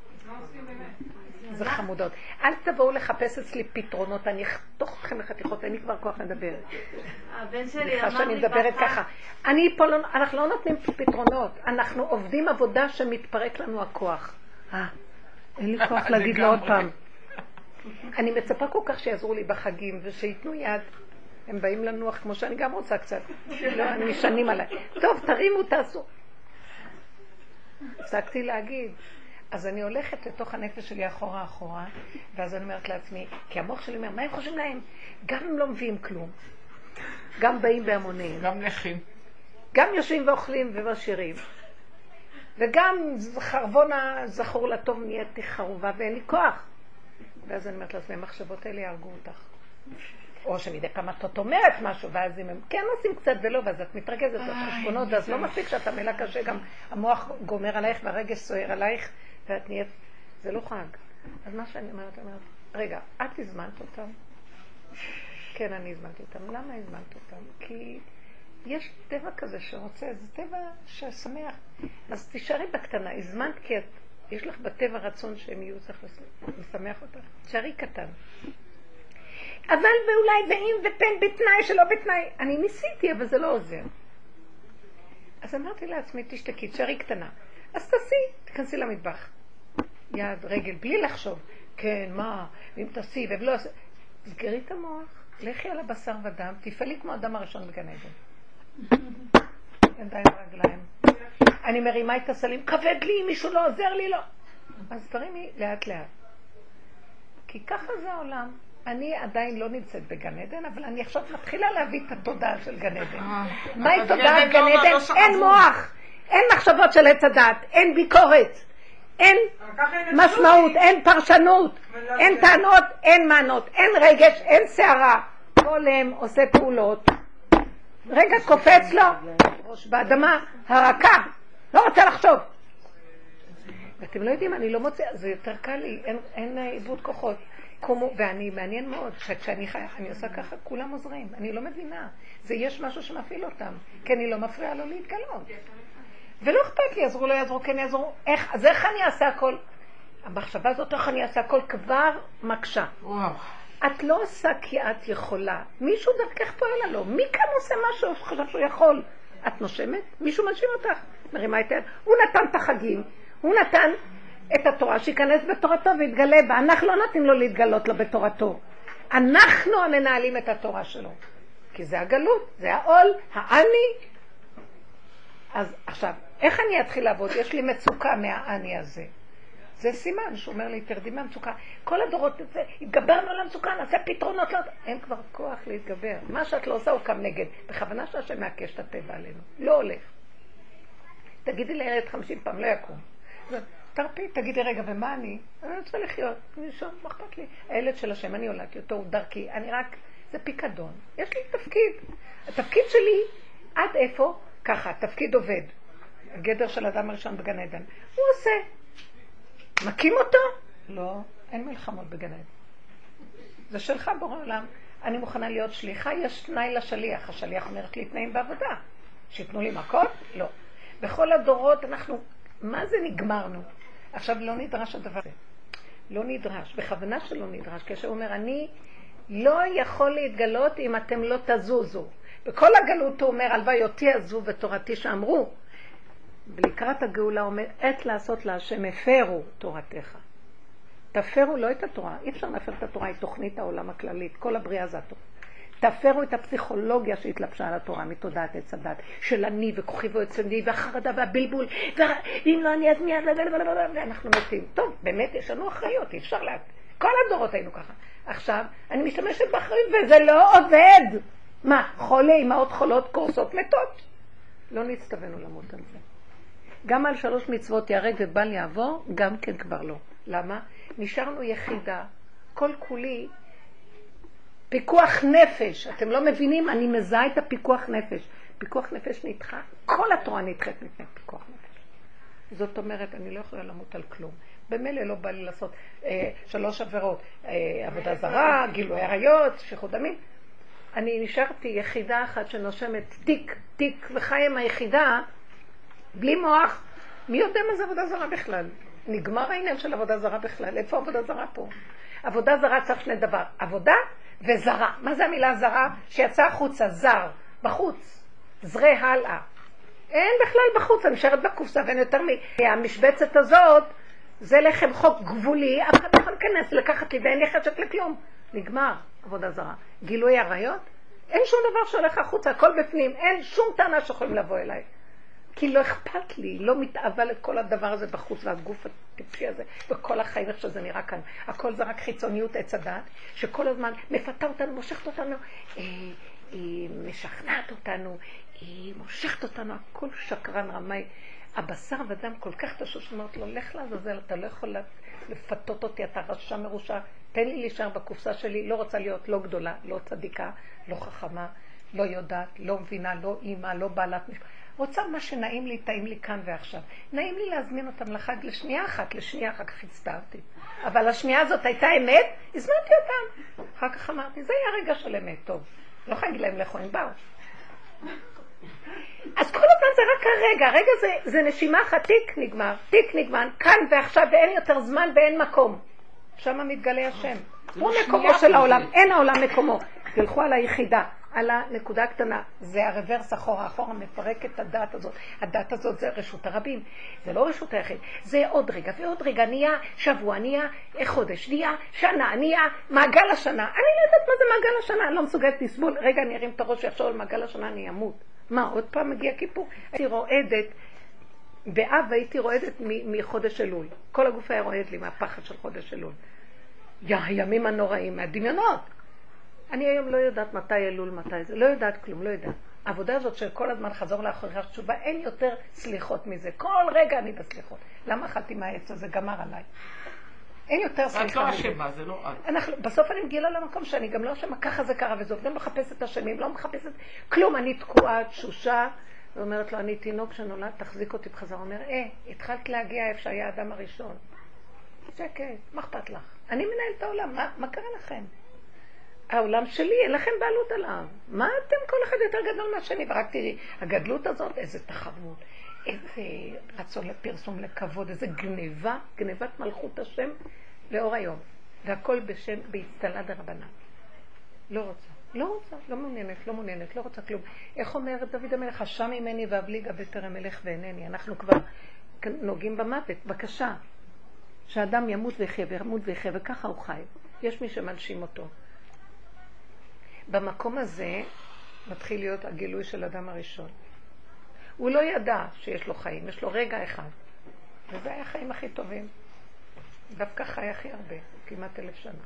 זה חמודות. אל תבואו לחפש אצלי פתרונות, אני אחתוך לכם לחתיכות, אין לי כבר כוח לדבר. הבן שלי אמר שאני לי מדברת ככה. אנחנו לא נותנים פתרונות, אנחנו עובדים עבודה שמתפרק לנו הכוח. אין לי כוח להגיד לו עוד פעם. אני מצפה כל כך שיעזרו לי בחגים ושיתנו יד. הם באים לנוח כמו שאני גם רוצה קצת. לא, הם נשענים עליי. טוב, תרימו, תעשו. הפסקתי להגיד. אז אני הולכת לתוך הנפש שלי אחורה, ואז אני אומרת לעצמי, כי המוח שלי אומר, מה הם חושבים להם? גם הם לא מביאים כלום. גם באים בהמונים. גם נכים. גם יושבים ואוכלים ומשאירים. וגם חרבונה זכור לטוב נהייתי חרובה ואין לי כוח. ואז אני אומרת לעצמי, המחשבות האלה יהרגו אותך. או שמדי פעם את אומרת משהו, ואז אם הם כן עושים קצת ולא, ואז את מתרכזת בחשבונות, ואז לא מספיק שאתה מילה קשה, גם המוח גומר עלייך והרגש סוער עלייך, ואת נהיית, זה לא חג. אז מה שאני אומרת, רגע, את הזמנת אותם? כן, אני הזמנתי אותם. למה הזמנת אותם? כי יש טבע כזה שרוצה, זה טבע ששמח. אז תישארי בקטנה, הזמנת כי יש לך בטבע רצון שהם יהיו, צריך לשמח אותך. תישארי קטן. אבל ואולי ואם ופן בתנאי שלא בתנאי. אני ניסיתי, אבל זה לא עוזר. אז אמרתי לעצמי, תשתקי, תשארי קטנה. אז תכנסי למטבח. יד, רגל, בלי לחשוב. כן, מה? ואם תעשי, ולא עושה. סגרי את המוח, לכי על הבשר ודם, תפעלי כמו אדם הראשון בגן עדן. ידיים רגליים. אני מרימה את הסלים, כבד לי, מישהו לא עוזר לי, לא. אז תרימי לאט לאט. כי ככה זה העולם. אני עדיין לא נמצאת בגן עדן, אבל אני עכשיו מתחילה להביא את התודעה של גן עדן. מהי תודעת גן עדן? אין מוח, אין מחשבות של עץ הדעת, אין ביקורת, אין משמעות, אין פרשנות, אין טענות, אין מענות, אין רגש, אין שערה. גולם עושה פעולות. רגע קופץ לו, ראש באדמה, הרקה, לא רוצה לחשוב. ואתם לא יודעים, אני לא מוצאה, זה יותר קל לי, אין איבוד כוחות. ואני מעניין מאוד, שכשאני חיה, אני עושה ככה, כולם עוזרים, אני לא מבינה. זה יש משהו שמפעיל אותם, כי אני לא מפריעה לו להתגלות. ולא אכפת לי, יעזרו, לא יעזרו, כן יעזרו. אז איך אני אעשה הכל? המחשבה הזאת, איך אני אעשה הכל כבר מקשה. את לא עושה כי את יכולה. מישהו דרכך פועל עלו. מי כאן עושה משהו חושב שהוא יכול? את נושמת? מישהו מנשים אותך. מרימה את היד. הוא נתן את החגים. הוא נתן את התורה שיכנס בתורתו והתגלה בה. אנחנו לא נותנים לו להתגלות לו בתורתו. אנחנו המנהלים את התורה שלו. כי זה הגלות, זה העול, האני. אז עכשיו, איך אני אתחיל לעבוד? יש לי מצוקה מהאני הזה. זה סימן שאומר לי, תרדי מהמצוקה. כל הדורות, התגברנו על המצוקה, נעשה פתרונות. אין כבר כוח להתגבר. מה שאת לא עושה הוא קם נגד. בכוונה שהשם מעקש את הטבע עלינו. לא הולך. תגידי לילד 50 פעם, לא יקום. תרפי, תגידי רגע, ומה אני? אני רוצה לחיות. אני שום, מה אכפת לי? הילד של השם, אני הולדתי אותו, הוא דרכי. אני רק, זה פיקדון. יש לי תפקיד. התפקיד שלי, עד איפה? ככה, תפקיד עובד. הגדר של אדם הראשון בגן עדן. הוא עושה. מקים אותו? לא, אין מלחמות בגן עדן. זה שלך בורא עולם. אני מוכנה להיות שליחה, יש תנאי לשליח. השליח אומרת לי תנאים בעבודה. שיתנו לי מכות? לא. בכל הדורות אנחנו, מה זה נגמרנו? עכשיו לא נדרש הדבר הזה. לא נדרש, בכוונה שלא נדרש. כשהוא אומר, אני לא יכול להתגלות אם אתם לא תזוזו. בכל הגלות הוא אומר, הלוואי אותי עזו ותורתי שאמרו. ולקראת הגאולה אומר, עת לעשות להשם, הפרו תורתך. תפרו לא את התורה, אי אפשר להפר את התורה, היא תוכנית העולם הכללית, כל הבריאה זה התורה. תפרו את הפסיכולוגיה שהתלבשה על התורה, מתודעת עץ הדת, של אני וכוחי ועצמי והחרדה והבלבול, ואם לא אני אז מיד, ואנחנו מתים. טוב, באמת יש לנו אחריות, אי אפשר להגיד. כל הדורות היינו ככה. עכשיו, אני משתמשת באחריות וזה לא עובד. מה, חולה, אמהות חולות, קורסות מתות? לא נצטווינו למות על זה. גם על 3 מצוות יהרג ובל יעבור, גם כן כבר לא. למה? נשארנו יחידה, כל כולי פיקוח נפש. אתם לא מבינים? אני מזהה את הפיקוח נפש. פיקוח נפש נדחה, כל התורה נדחית מפני פיקוח נפש. זאת אומרת, אני לא יכולה למות על כלום. במילא לא בא לי לעשות 3 עבירות, עבודה זרה, גילוי עריות, שפיכות דמים. אני נשארתי יחידה אחת שנושמת תיק וחי עם היחידה, בלי מוח. מי יודע מה זה עבודה זרה בכלל? נגמר העניין של עבודה זרה בכלל. איפה עבודה זרה פה? עבודה זרה צריך 2 דבר. עבודה וזרה. מה זה המילה זרה? שיצא החוצה, זר, בחוץ. זרה הלאה. אין בכלל בחוץ, אני נשארת בקופסה ואין יותר מהמשבצת הזאת. זה לחם חוק גבולי, אף אחד יכול להיכנס, לקחת לי ואין לי חשק לכלום. נגמר עבודה זרה. גילוי עריות? אין שום דבר שהולך החוצה, הכל בפנים. אין שום טענה שיכולים לבוא אליי. כי לא אכפת לי, לא מתאווה לכל הדבר הזה בחוץ והגוף הטיפשי הזה, וכל החיים איך שזה נראה כאן. הכל זה רק חיצוניות עץ הדת, שכל הזמן מפתה אותנו, מושכת אותנו, היא משכנעת אותנו, היא מושכת אותנו, הכל שקרן רמאי. הבשר ודם כל כך תשוש, אמרת לו, לך לעזאזל, אתה לא יכול לפתות אותי, אתה רשע מרושע, תן לי להישאר בקופסה שלי, לא רוצה להיות לא גדולה, לא צדיקה, לא חכמה, לא יודעת, לא מבינה, לא אימא, לא בעלת משפחה. רוצה מה שנעים לי, טעים לי כאן ועכשיו. נעים לי להזמין אותם לחג לשנייה אחת כך הצטערתי. אבל השנייה הזאת הייתה אמת, הזמנתי אותם. אחר כך אמרתי, זה היה רגע של אמת, טוב. לא חייג להם לכו, הם באו. אז כל הזמן זה רק הרגע זה נשימה אחת, תיק נגמר, כאן ועכשיו, ואין יותר זמן ואין מקום. שם מתגלה השם. הוא מקומו של העולם, אין העולם מקומו. תלכו על היחידה, על הנקודה הקטנה. זה הרוורס אחורה מפרק את הדעת הזאת. הדעת הזאת זה רשות הרבים. זה לא רשות היחיד. זה עוד רגע ועוד רגע, נהיה שבוע, נהיה חודש, נהיה שנה, נהיה מעגל השנה. אני לא יודעת מה זה מעגל השנה, אני לא מסוגלת לסבול. רגע, אני ארים את הראש שיחשוב על מעגל השנה, אני אמות. מה, עוד פעם מגיע כיפור? הייתי רועדת, באב הייתי רועדת מחודש אלול. כל הגוף היה רועד לי מהפחד של חודש אלול. הימים הנוראים, מהדמיונות. אני היום לא יודעת מתי אלול, מתי זה. לא יודעת כלום, לא יודעת. העבודה הזאת של כל הזמן חזור לאחורי התשובה, אין יותר סליחות מזה. כל רגע אני בסליחות. למה אכלתי מהעץ הזה? גמר עליי. אין יותר סליחה. את לא אשמה, זה לא את. בסוף אני מגיעה למקום שאני גם לא אשמה, ככה זה קרה וזאת. גם מחפשת את השנים, לא מחפשת כלום. אני תקועה, תשושה, ואומרת לו, אני תינוק שנולד, תחזיק אותי בחזרה. אומר, התחלת להגיע איפה שהיה האדם הראשון. שקט, מה אכפת לך? אני מנהל את העולם, מה קרה לכם? העולם שלי, אין לכם בעלות עליו. מה אתם כל אחד יותר גדול מהשני? ורק תראי, הגדלות הזאת, איזה תחרות, איזה רצון לפרסום, לכבוד, איזה גניבת מלכות השם לאור היום. והכל בשם, בהצטלה דרבנן. לא מעוניינת, לא רוצה כלום. איך אומר דוד המלך, השם ממני ואבליגה בטרם מלך ואינני. אנחנו כבר נוגעים במוות, בבקשה. שהאדם ימות ויחיה, וככה הוא חי. יש מי שמלשים אותו. במקום הזה מתחיל להיות הגילוי של אדם הראשון. הוא לא ידע שיש לו חיים, יש לו רגע אחד. וזה היה החיים הכי טובים. דווקא חי הכי הרבה, כמעט 1000 שנה.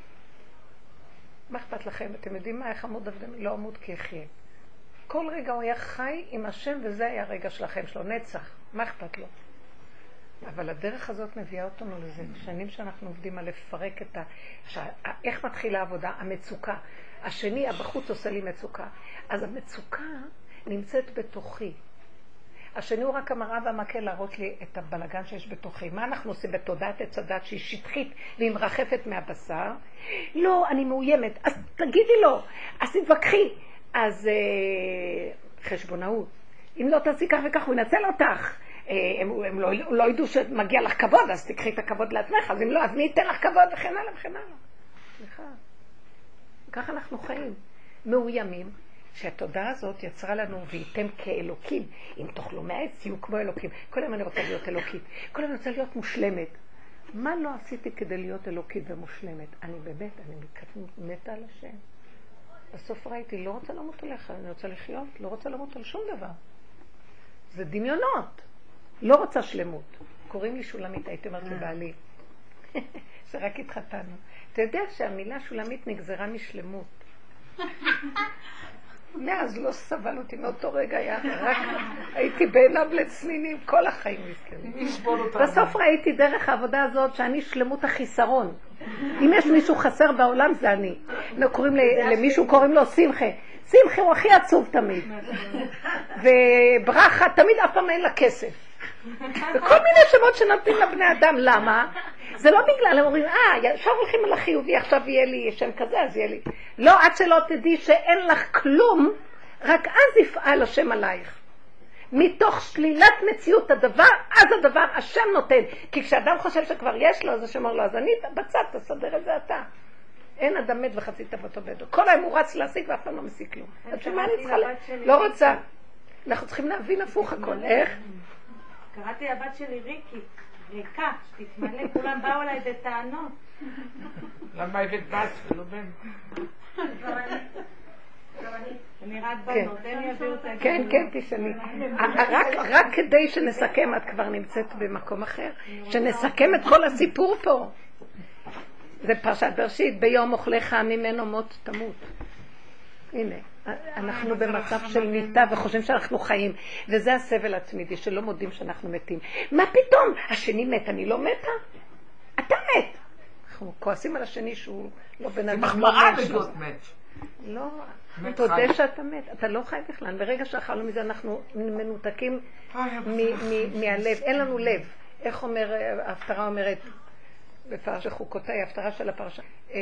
מה אכפת לכם? אתם יודעים מה? איך עמוד דוד? לא עמוד כי יחיה. כל רגע הוא היה חי עם השם, וזה היה הרגע של החיים שלו, נצח. מה אכפת לו? אבל הדרך הזאת מביאה אותנו לזה. שנים שאנחנו עובדים על לפרק את איך מתחילה העבודה? המצוקה. השני, הבחוץ עושה לי מצוקה. אז המצוקה נמצאת בתוכי. השני הוא רק המראה והמקל להראות לי את הבלגן שיש בתוכי. מה אנחנו עושים בתודעת הצדת שהיא שטחית והיא מרחפת מהבשר? לא, אני מאוימת. אז תגידי לו. אז תתווכחי. אז חשבונאות. אם לא תעשי כך וכך, הוא ינצל אותך. הם לא ידעו שמגיע לך כבוד, אז תקחי את הכבוד לעצמך. אז אם לא, אז מי ייתן לך כבוד וכן הלאה וכן הלאה. סליחה. ככה אנחנו חיים. מאוימים. שהתודעה הזאת יצרה לנו וייתם כאלוקים. אם תאכלו מהעץ, תהיו כמו אלוקים. כל היום אני רוצה להיות אלוקית. כל היום אני רוצה להיות מושלמת. מה לא עשיתי כדי להיות אלוקית ומושלמת? אני באמת, אני מתה על השם. בסוף ראיתי, לא רוצה למות עליך, אני רוצה לחיות, לא רוצה למות על שום דבר. זה דמיונות. לא רוצה שלמות. קוראים לי שולמית, הייתי אומרת לבעלי. שרק התחתנו. אתה יודע שהמילה שולמית נגזרה משלמות. מאז לא סבל אותי, מאותו רגע היה רק הייתי בעיניו לצנינים כל החיים מסכנים. בסוף ראיתי דרך העבודה הזאת שאני שלמות החיסרון. אם יש מישהו חסר בעולם זה אני. קוראים למישהו, קוראים לו שמחה. שמחה הוא הכי עצוב תמיד. וברכה תמיד אף פעם אין לה כסף. וכל מיני שמות שנותנים לבני אדם. למה? זה לא בגלל, הם אומרים, עכשיו הולכים על החיובי, עכשיו יהיה לי שם כזה, אז יהיה לי. לא, עד שלא תדעי שאין לך כלום, רק אז יפעל השם עלייך. מתוך שלילת מציאות הדבר, אז הדבר השם נותן. כי כשאדם חושב שכבר יש לו, אז השם אומר לו, אז אני בצד, תסדר את זה אתה. אין אדם מת וחצי תוותו בידו. כל היום הוא רץ להשיג ואף פעם לא משיג כלום. אז שמה אני צריכה? לא רוצה. אנחנו צריכים להבין הפוך הכל. איך? קראתי הבת שלי ריקי. ריקה, שתתמלא, כולם באו אליי בטענות. למה הבאת בת ולא בן? אני רק בנות, הם יביאו את הגיבור. כן, כן, תשני. רק כדי שנסכם, את כבר נמצאת במקום אחר, שנסכם את כל הסיפור פה. זה פרשת בראשית, ביום אוכלך ממנו מות תמות. הנה, אנחנו במצב של מיטה וחושבים שאנחנו חיים, וזה הסבל התמידי שלא מודים שאנחנו מתים. מה פתאום? השני מת, אני לא מתה? אתה מת. אנחנו כועסים על השני שהוא לא בן אדם. זה מחמאה להיות מת. לא, תודה שאתה מת, אתה לא חי בכלל. ברגע שאכלנו מזה אנחנו מנותקים מהלב, אין לנו לב. איך אומר, ההפטרה אומרת, בפרשת חוקותיי, ההפטרה של הפרשה,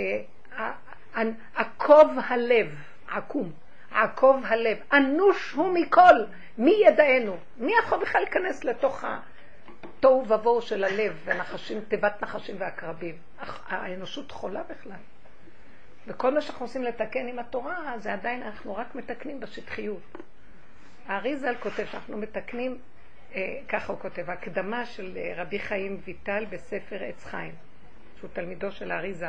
עקוב הלב, עקום, עקוב הלב, אנוש הוא מכל, מי ידענו? מי יכול בכלל להיכנס לתוך התוהו ובוהו של הלב ונחשים, תיבת נחשים ועקרבים? האנושות חולה בכלל. וכל מה שאנחנו עושים לתקן עם התורה, זה עדיין אנחנו רק מתקנים בשטחיות. האריז"ל כותב שאנחנו מתקנים, ככה הוא כותב, הקדמה של רבי חיים ויטל בספר עץ חיים, שהוא תלמידו של האריז"ל.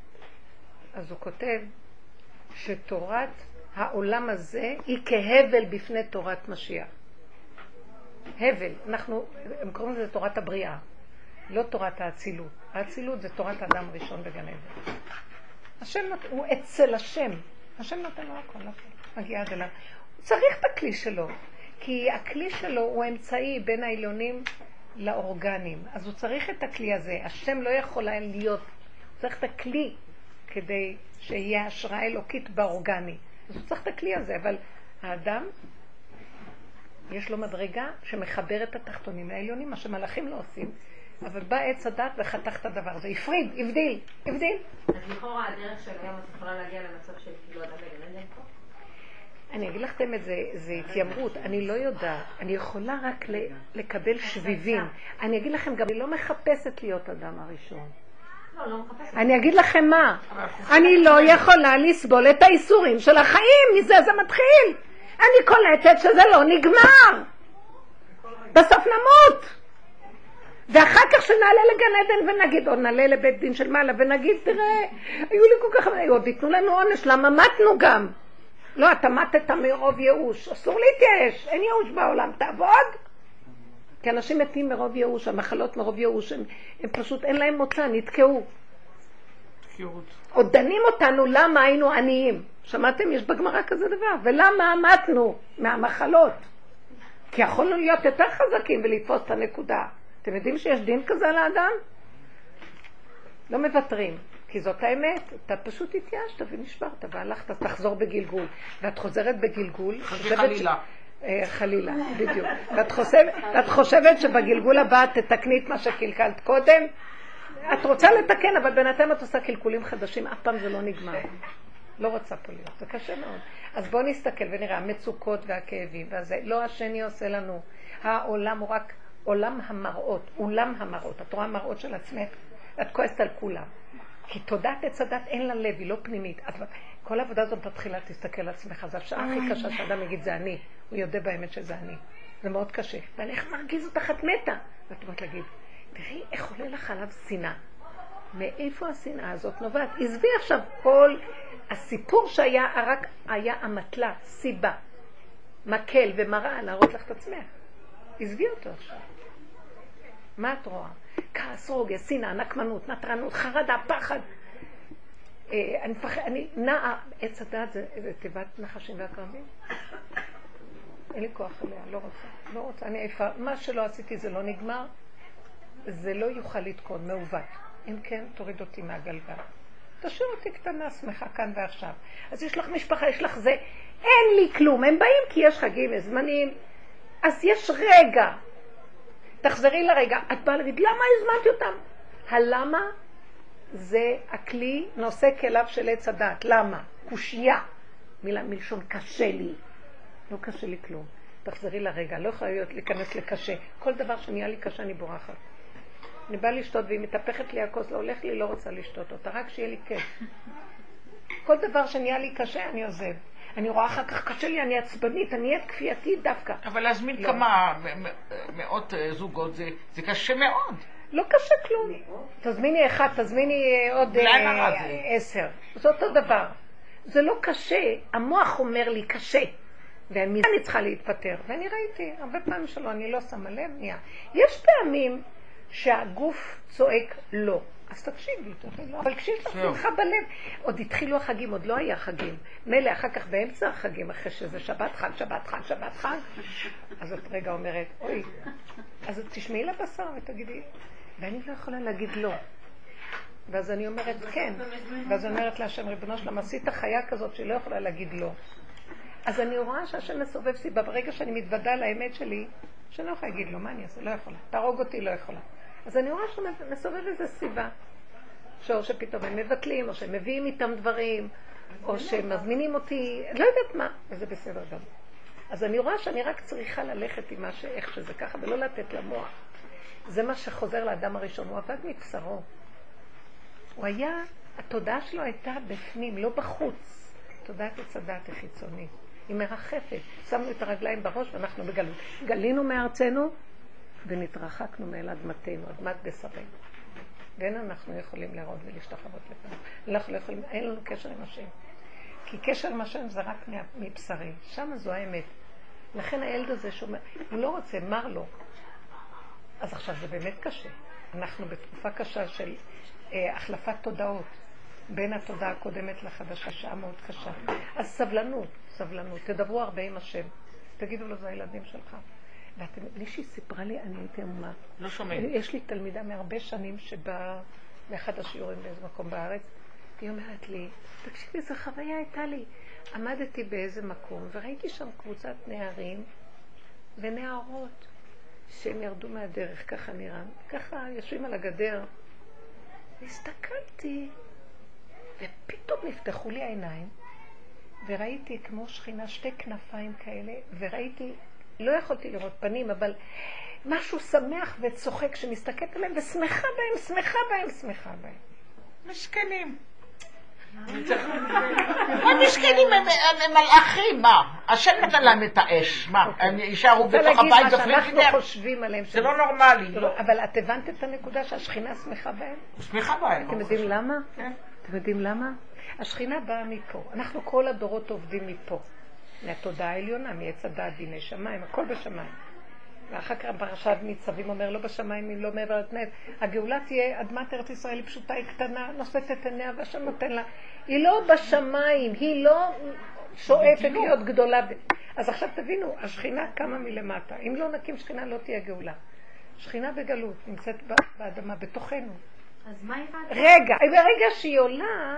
אז הוא כותב שתורת העולם הזה היא כהבל בפני תורת משיח. הבל, הם קוראים לזה תורת הבריאה, לא תורת האצילות. האצילות זה תורת האדם הראשון בגן עדן. השם הוא אצל השם. השם נותן לו הכל, מגיע עד אליו. הוא צריך את הכלי שלו, כי הכלי שלו הוא אמצעי בין העליונים לאורגנים. אז הוא צריך את הכלי הזה. השם לא יכול להיות, הוא צריך את הכלי כדי שיהיה השראה אלוקית באורגני. אז הוא צריך את הכלי הזה, אבל האדם יש לו מדרגה שמחבר את התחתונים לעליונים, מה שמלאכים לא עושים. אבל בא עץ הדת וחתך את הדבר הזה, הפריד, הבדיל. אז לכאורה הדרך של היום את יכולה להגיע למצב של כאילו אדם בגן עדן פה? אני אגיד לכם את זה, זה התיימרות, אני לא יודעת, אני יכולה רק לקבל שביבים. אני אגיד לכם, גם אני לא מחפשת להיות אדם הראשון. לא מחפשת. אני אגיד לכם מה, אני לא יכולה לסבול את האיסורים של החיים, מזה זה מתחיל. אני קולטת שזה לא נגמר. בסוף נמות. ואחר כך שנעלה לגן עדן ונגיד, או נעלה לבית דין של מעלה ונגיד, תראה, היו לי כל כך, עוד ייתנו לנו עונש, למה מתנו גם? לא, אתה מתת מרוב ייאוש, אסור להתייאש, אין ייאוש בעולם, תעבוד. כי אנשים מתים מרוב ייאוש, המחלות מרוב ייאוש, הם פשוט אין להם מוצא, נתקעו. עוד דנים אותנו למה היינו עניים. שמעתם? יש בגמרא כזה דבר. ולמה מתנו מהמחלות? כי יכולנו להיות יותר חזקים ולתפוס את הנקודה. אתם יודעים שיש דין כזה על האדם? לא מוותרים. כי זאת האמת, אתה פשוט התייאשת ונשברת והלכת, תחזור בגלגול. ואת חוזרת בגלגול. חלילה. חלילה, בדיוק. ואת חושבת שבגלגול הבא תתקני את מה שקלקלת קודם? את רוצה לתקן, אבל בינתיים את עושה קלקולים חדשים, אף פעם זה לא נגמר. לא רוצה פה להיות, זה קשה מאוד. אז בואו נסתכל ונראה, המצוקות והכאבים, וזה לא השני עושה לנו. העולם הוא רק עולם המראות, עולם המראות. את רואה המראות של עצמך, את כועסת על כולם. כי תודעת עץ הדת אין לה לב, היא לא פנימית. כל העבודה הזאת תתחילה, תסתכל על עצמך. זה השעה הכי קשה שאדם יגיד, זה אני. הוא יודע באמת שזה אני. זה מאוד קשה. ואני איך מרגיז אותך, את מתה. ואת אומרת להגיד, תראי איך עולה לך עליו שנאה. מאיפה השנאה הזאת נובעת? עזבי עכשיו כל הסיפור שהיה, רק היה המטלה, סיבה, מקל ומראה להראות לך את עצמך. עזבי אותו עכשיו. מה את רואה? כעס, רוגע, שנאה, נקמנות, נטרנות, חרדה, פחד. אני נעה, עץ הדת זה תיבת נחשים ועקרבים. אין לי כוח עליה, לא רוצה, אני עייפה. מה שלא עשיתי זה לא נגמר, זה לא יוכל לתקון, מעוות. אם כן, תוריד אותי מהגלגל. תשאיר אותי קטנה, שמחה כאן ועכשיו. אז יש לך משפחה, יש לך זה, אין לי כלום. הם באים כי יש חגים, זמנים. אז יש רגע. תחזרי לרגע. את באה להגיד, למה הזמנתי אותם? הלמה זה הכלי נושא כליו של עץ הדת. למה? קושיה. מלשון קשה לי. לא קשה לי כלום. תחזרי לרגע. לא יכולה להיכנס לקשה. כל דבר שנהיה לי קשה אני בורחת. אני באה לשתות והיא מתהפכת לי הכוס, לא הולך לי, לא רוצה לשתות אותה, רק שיהיה לי כיף. כל דבר שנהיה לי קשה אני עוזב. אני רואה אחר כך קשה לי, אני עצבנית, אני נהיית כפייתית דווקא. אבל להזמין כמה מאות זוגות, זה קשה מאוד. לא קשה כלום. תזמיני אחד, תזמיני עוד 10. זה אותו דבר. זה לא קשה, המוח אומר לי קשה. ומזה אני צריכה להתפטר. ואני ראיתי, הרבה פעמים שלא, אני לא שמה לב, נהיה. יש פעמים שהגוף צועק לא. אז תקשיבי, לא, אבל כשיש לך שמחה בלב, עוד התחילו החגים, עוד לא היה חגים. מילא אחר כך באמצע החגים, אחרי שזה שבת חג, אז את רגע אומרת, אוי, אז תשמעי לבשר ותגידי, ואני לא יכולה להגיד לא. ואז אני אומרת כן, ואז אני אומרת להשם, ריבונו שלמה, עשית חיה כזאת שהיא לא יכולה להגיד לא. אז אני רואה שהשם מסובב סיבה, ברגע שאני מתוודה על האמת שלי, שאני לא יכולה להגיד לו, מה אני אעשה? לא יכולה. תהרוג אותי, לא יכולה. אז אני רואה שמסובב איזו סיבה. או שפתאום הם מבטלים, או שהם מביאים איתם דברים, או שהם מזמינים אותי, לא יודעת מה, וזה בסדר גם. אז אני רואה שאני רק צריכה ללכת עם איך שזה ככה, ולא לתת למוח. זה מה שחוזר לאדם הראשון, הוא עבד מבשרו. הוא היה, התודעה שלו הייתה בפנים, לא בחוץ. תודעת הצדעת החיצונית. היא מרחפת. שמנו את הרגליים בראש ואנחנו בגלות. גלינו מארצנו ונתרחקנו מאל אדמתנו, אדמת בשרנו. ואין אנחנו יכולים להראות ולהשתחוות לפניו. אנחנו לא יכולים, אין לנו קשר עם השם. כי קשר עם השם זה רק מבשרי. שם זו האמת. לכן הילד הזה שאומר, הוא לא רוצה, מר לו. אז עכשיו זה באמת קשה. אנחנו בתקופה קשה של החלפת תודעות. בין התודעה הקודמת לחדשה, שעה מאוד קשה. אז סבלנות, סבלנות. תדברו הרבה עם השם. תגידו לו, זה הילדים שלך. מישהי סיפרה לי, אני הייתי אמורה. לא שומעים. יש לי תלמידה מהרבה שנים שבאה לאחד השיעורים באיזה מקום בארץ, והיא אומרת לי, תקשיבי, איזו חוויה הייתה לי. עמדתי באיזה מקום, וראיתי שם קבוצת נערים ונערות שהם ירדו מהדרך, ככה נראה. ככה יושבים על הגדר. והסתכלתי, ופתאום נפתחו לי העיניים, וראיתי כמו שכינה שתי כנפיים כאלה, וראיתי, לא יכולתי לראות פנים, אבל משהו שמח וצוחק שמסתכלת עליהם, ושמחה בהם, שמחה בהם, שמחה בהם. משכנים. מה משכנים? הם מלאכים, מה? השם נתן להם את האש, מה? הם יישארו בתוך הבית בפנים. אנחנו חושבים עליהם. זה לא נורמלי. אבל את הבנת את הנקודה שהשכינה שמחה בהם? שמחה בהם. אתם יודעים למה? אתם יודעים למה? השכינה באה מפה. אנחנו כל הדורות עובדים מפה. מהתודעה העליונה, מעץ הדעת, דיני שמיים, הכל בשמיים. ואחר כך פרשת ניצבים אומר, לא בשמיים, היא לא מעבר לתנאי. הגאולה תהיה, אדמת ארץ ישראל היא פשוטה, היא קטנה, נושאת את עיניה, והשם נותן לה. היא לא בשמיים, היא לא שואפת להיות גדולה. אז עכשיו תבינו, השכינה קמה מלמטה. אם לא נקים שכינה, לא תהיה גאולה. שכינה בגלות, נמצאת באדמה, בתוכנו. אז מה הבנת? רגע, ברגע שהיא עולה,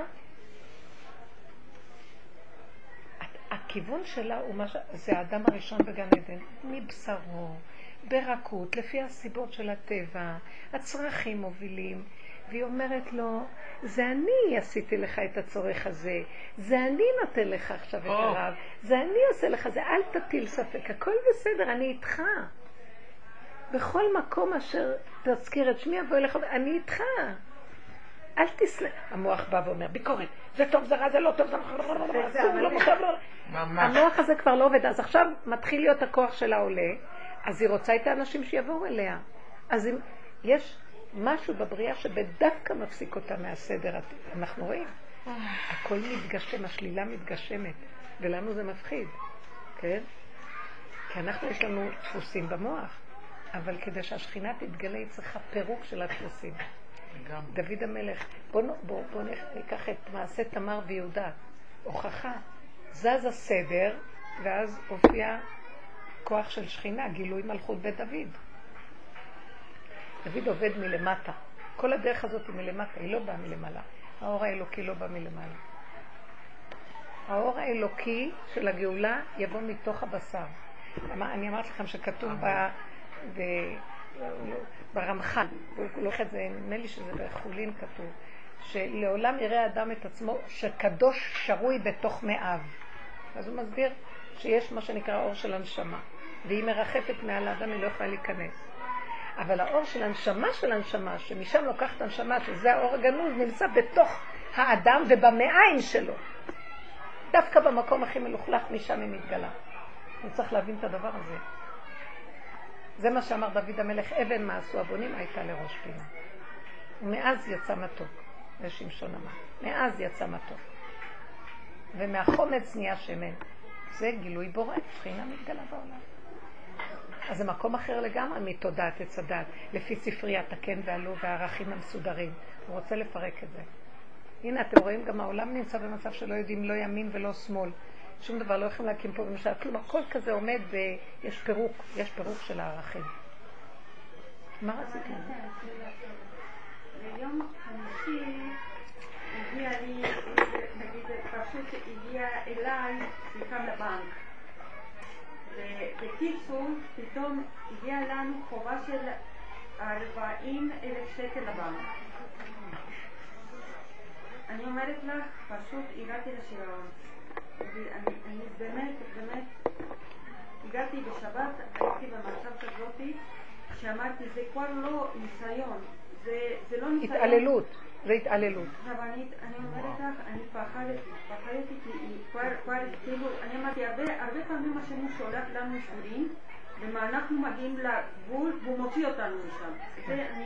הכיוון שלה הוא זה האדם הראשון בגן עדן, מבשרו, ברכות, לפי הסיבות של הטבע, הצרכים מובילים, והיא אומרת לו, זה אני עשיתי לך את הצורך הזה, זה אני נותן לך עכשיו את הרב, זה אני עושה לך זה, אל תטיל ספק, הכל בסדר, אני איתך. בכל מקום אשר תזכיר את שמי אבוא אליך, אני איתך. אל תסלח. המוח בא ואומר, ביקורת, זה טוב, זה רע, זה לא טוב, זה לא מוטב, לא. המוח הזה כבר לא עובד, אז עכשיו מתחיל להיות הכוח שלה עולה, אז היא רוצה את האנשים שיבואו אליה. אז יש משהו בבריאה שבדווקא מפסיק אותה מהסדר. אנחנו רואים, הכל מתגשם, השלילה מתגשמת, ולנו זה מפחיד, כן? כי אנחנו יש לנו דפוסים במוח, אבל כדי שהשכינה תתגלה היא צריכה פירוק של הדפוסים. דוד המלך, בוא ניקח את מעשה תמר ויהודה, הוכחה, זז הסדר, ואז הופיע כוח של שכינה, גילוי מלכות בית דוד. דוד עובד מלמטה, כל הדרך הזאת היא מלמטה, היא לא באה מלמעלה, האור האלוקי לא בא מלמעלה. האור האלוקי של הגאולה יבוא מתוך הבשר. אני אמרת לכם שכתוב ברמח"ל, נדמה לי שזה בחולין כתוב, שלעולם יראה אדם את עצמו שקדוש שרוי בתוך מאב. אז הוא מסביר שיש מה שנקרא אור של הנשמה, והיא מרחפת מעל האדם, היא לא יכולה להיכנס. אבל האור של הנשמה, שמשם לוקחת הנשמה, שזה האור הגנוז, נמצא בתוך האדם ובמעיים שלו. דווקא במקום הכי מלוכלך, משם היא מתגלה. אני צריך להבין את הדבר הזה. זה מה שאמר דוד המלך, אבן מעשו הבונים הייתה לראש פינה. ומאז יצא מתוק, ושמשון אמר, מאז יצא מתוק. ומהחומץ נהיה שמן. זה גילוי בורא, שכינה מתגלה בעולם. אז זה מקום אחר לגמרי מתודעת עץ הדת, לפי ספריית הכן והלא והערכים המסודרים. הוא רוצה לפרק את זה. הנה, אתם רואים, גם העולם נמצא במצב שלא יודעים לא ימין ולא שמאל. שום דבר לא יכולים להקים פה במשל. כלומר, כל כזה עומד ויש פירוק, יש פירוק של הערכים. מה רציתם? ביום חמישי הגיע לי, נגיד, פשוט הגיע אליי שיחה לבנק. ובקיצור, פתאום הגיע לנו חובה של 40,000 שקל לבנק. אני אומרת לך, פשוט הגעתי לשירון. אני באמת, הגעתי בשבת, הייתי במצב כזאתי, שאמרתי, זה כבר לא ניסיון, זה לא ניסיון. התעללות, זה התעללות. אבל אני אומרת לך, אני פחדתי, כי כבר כאילו, אני אמרתי, הרבה פעמים השני שולח לנו אישורים, ומה אנחנו מגיעים לגבול, והוא מוציא אותנו משם.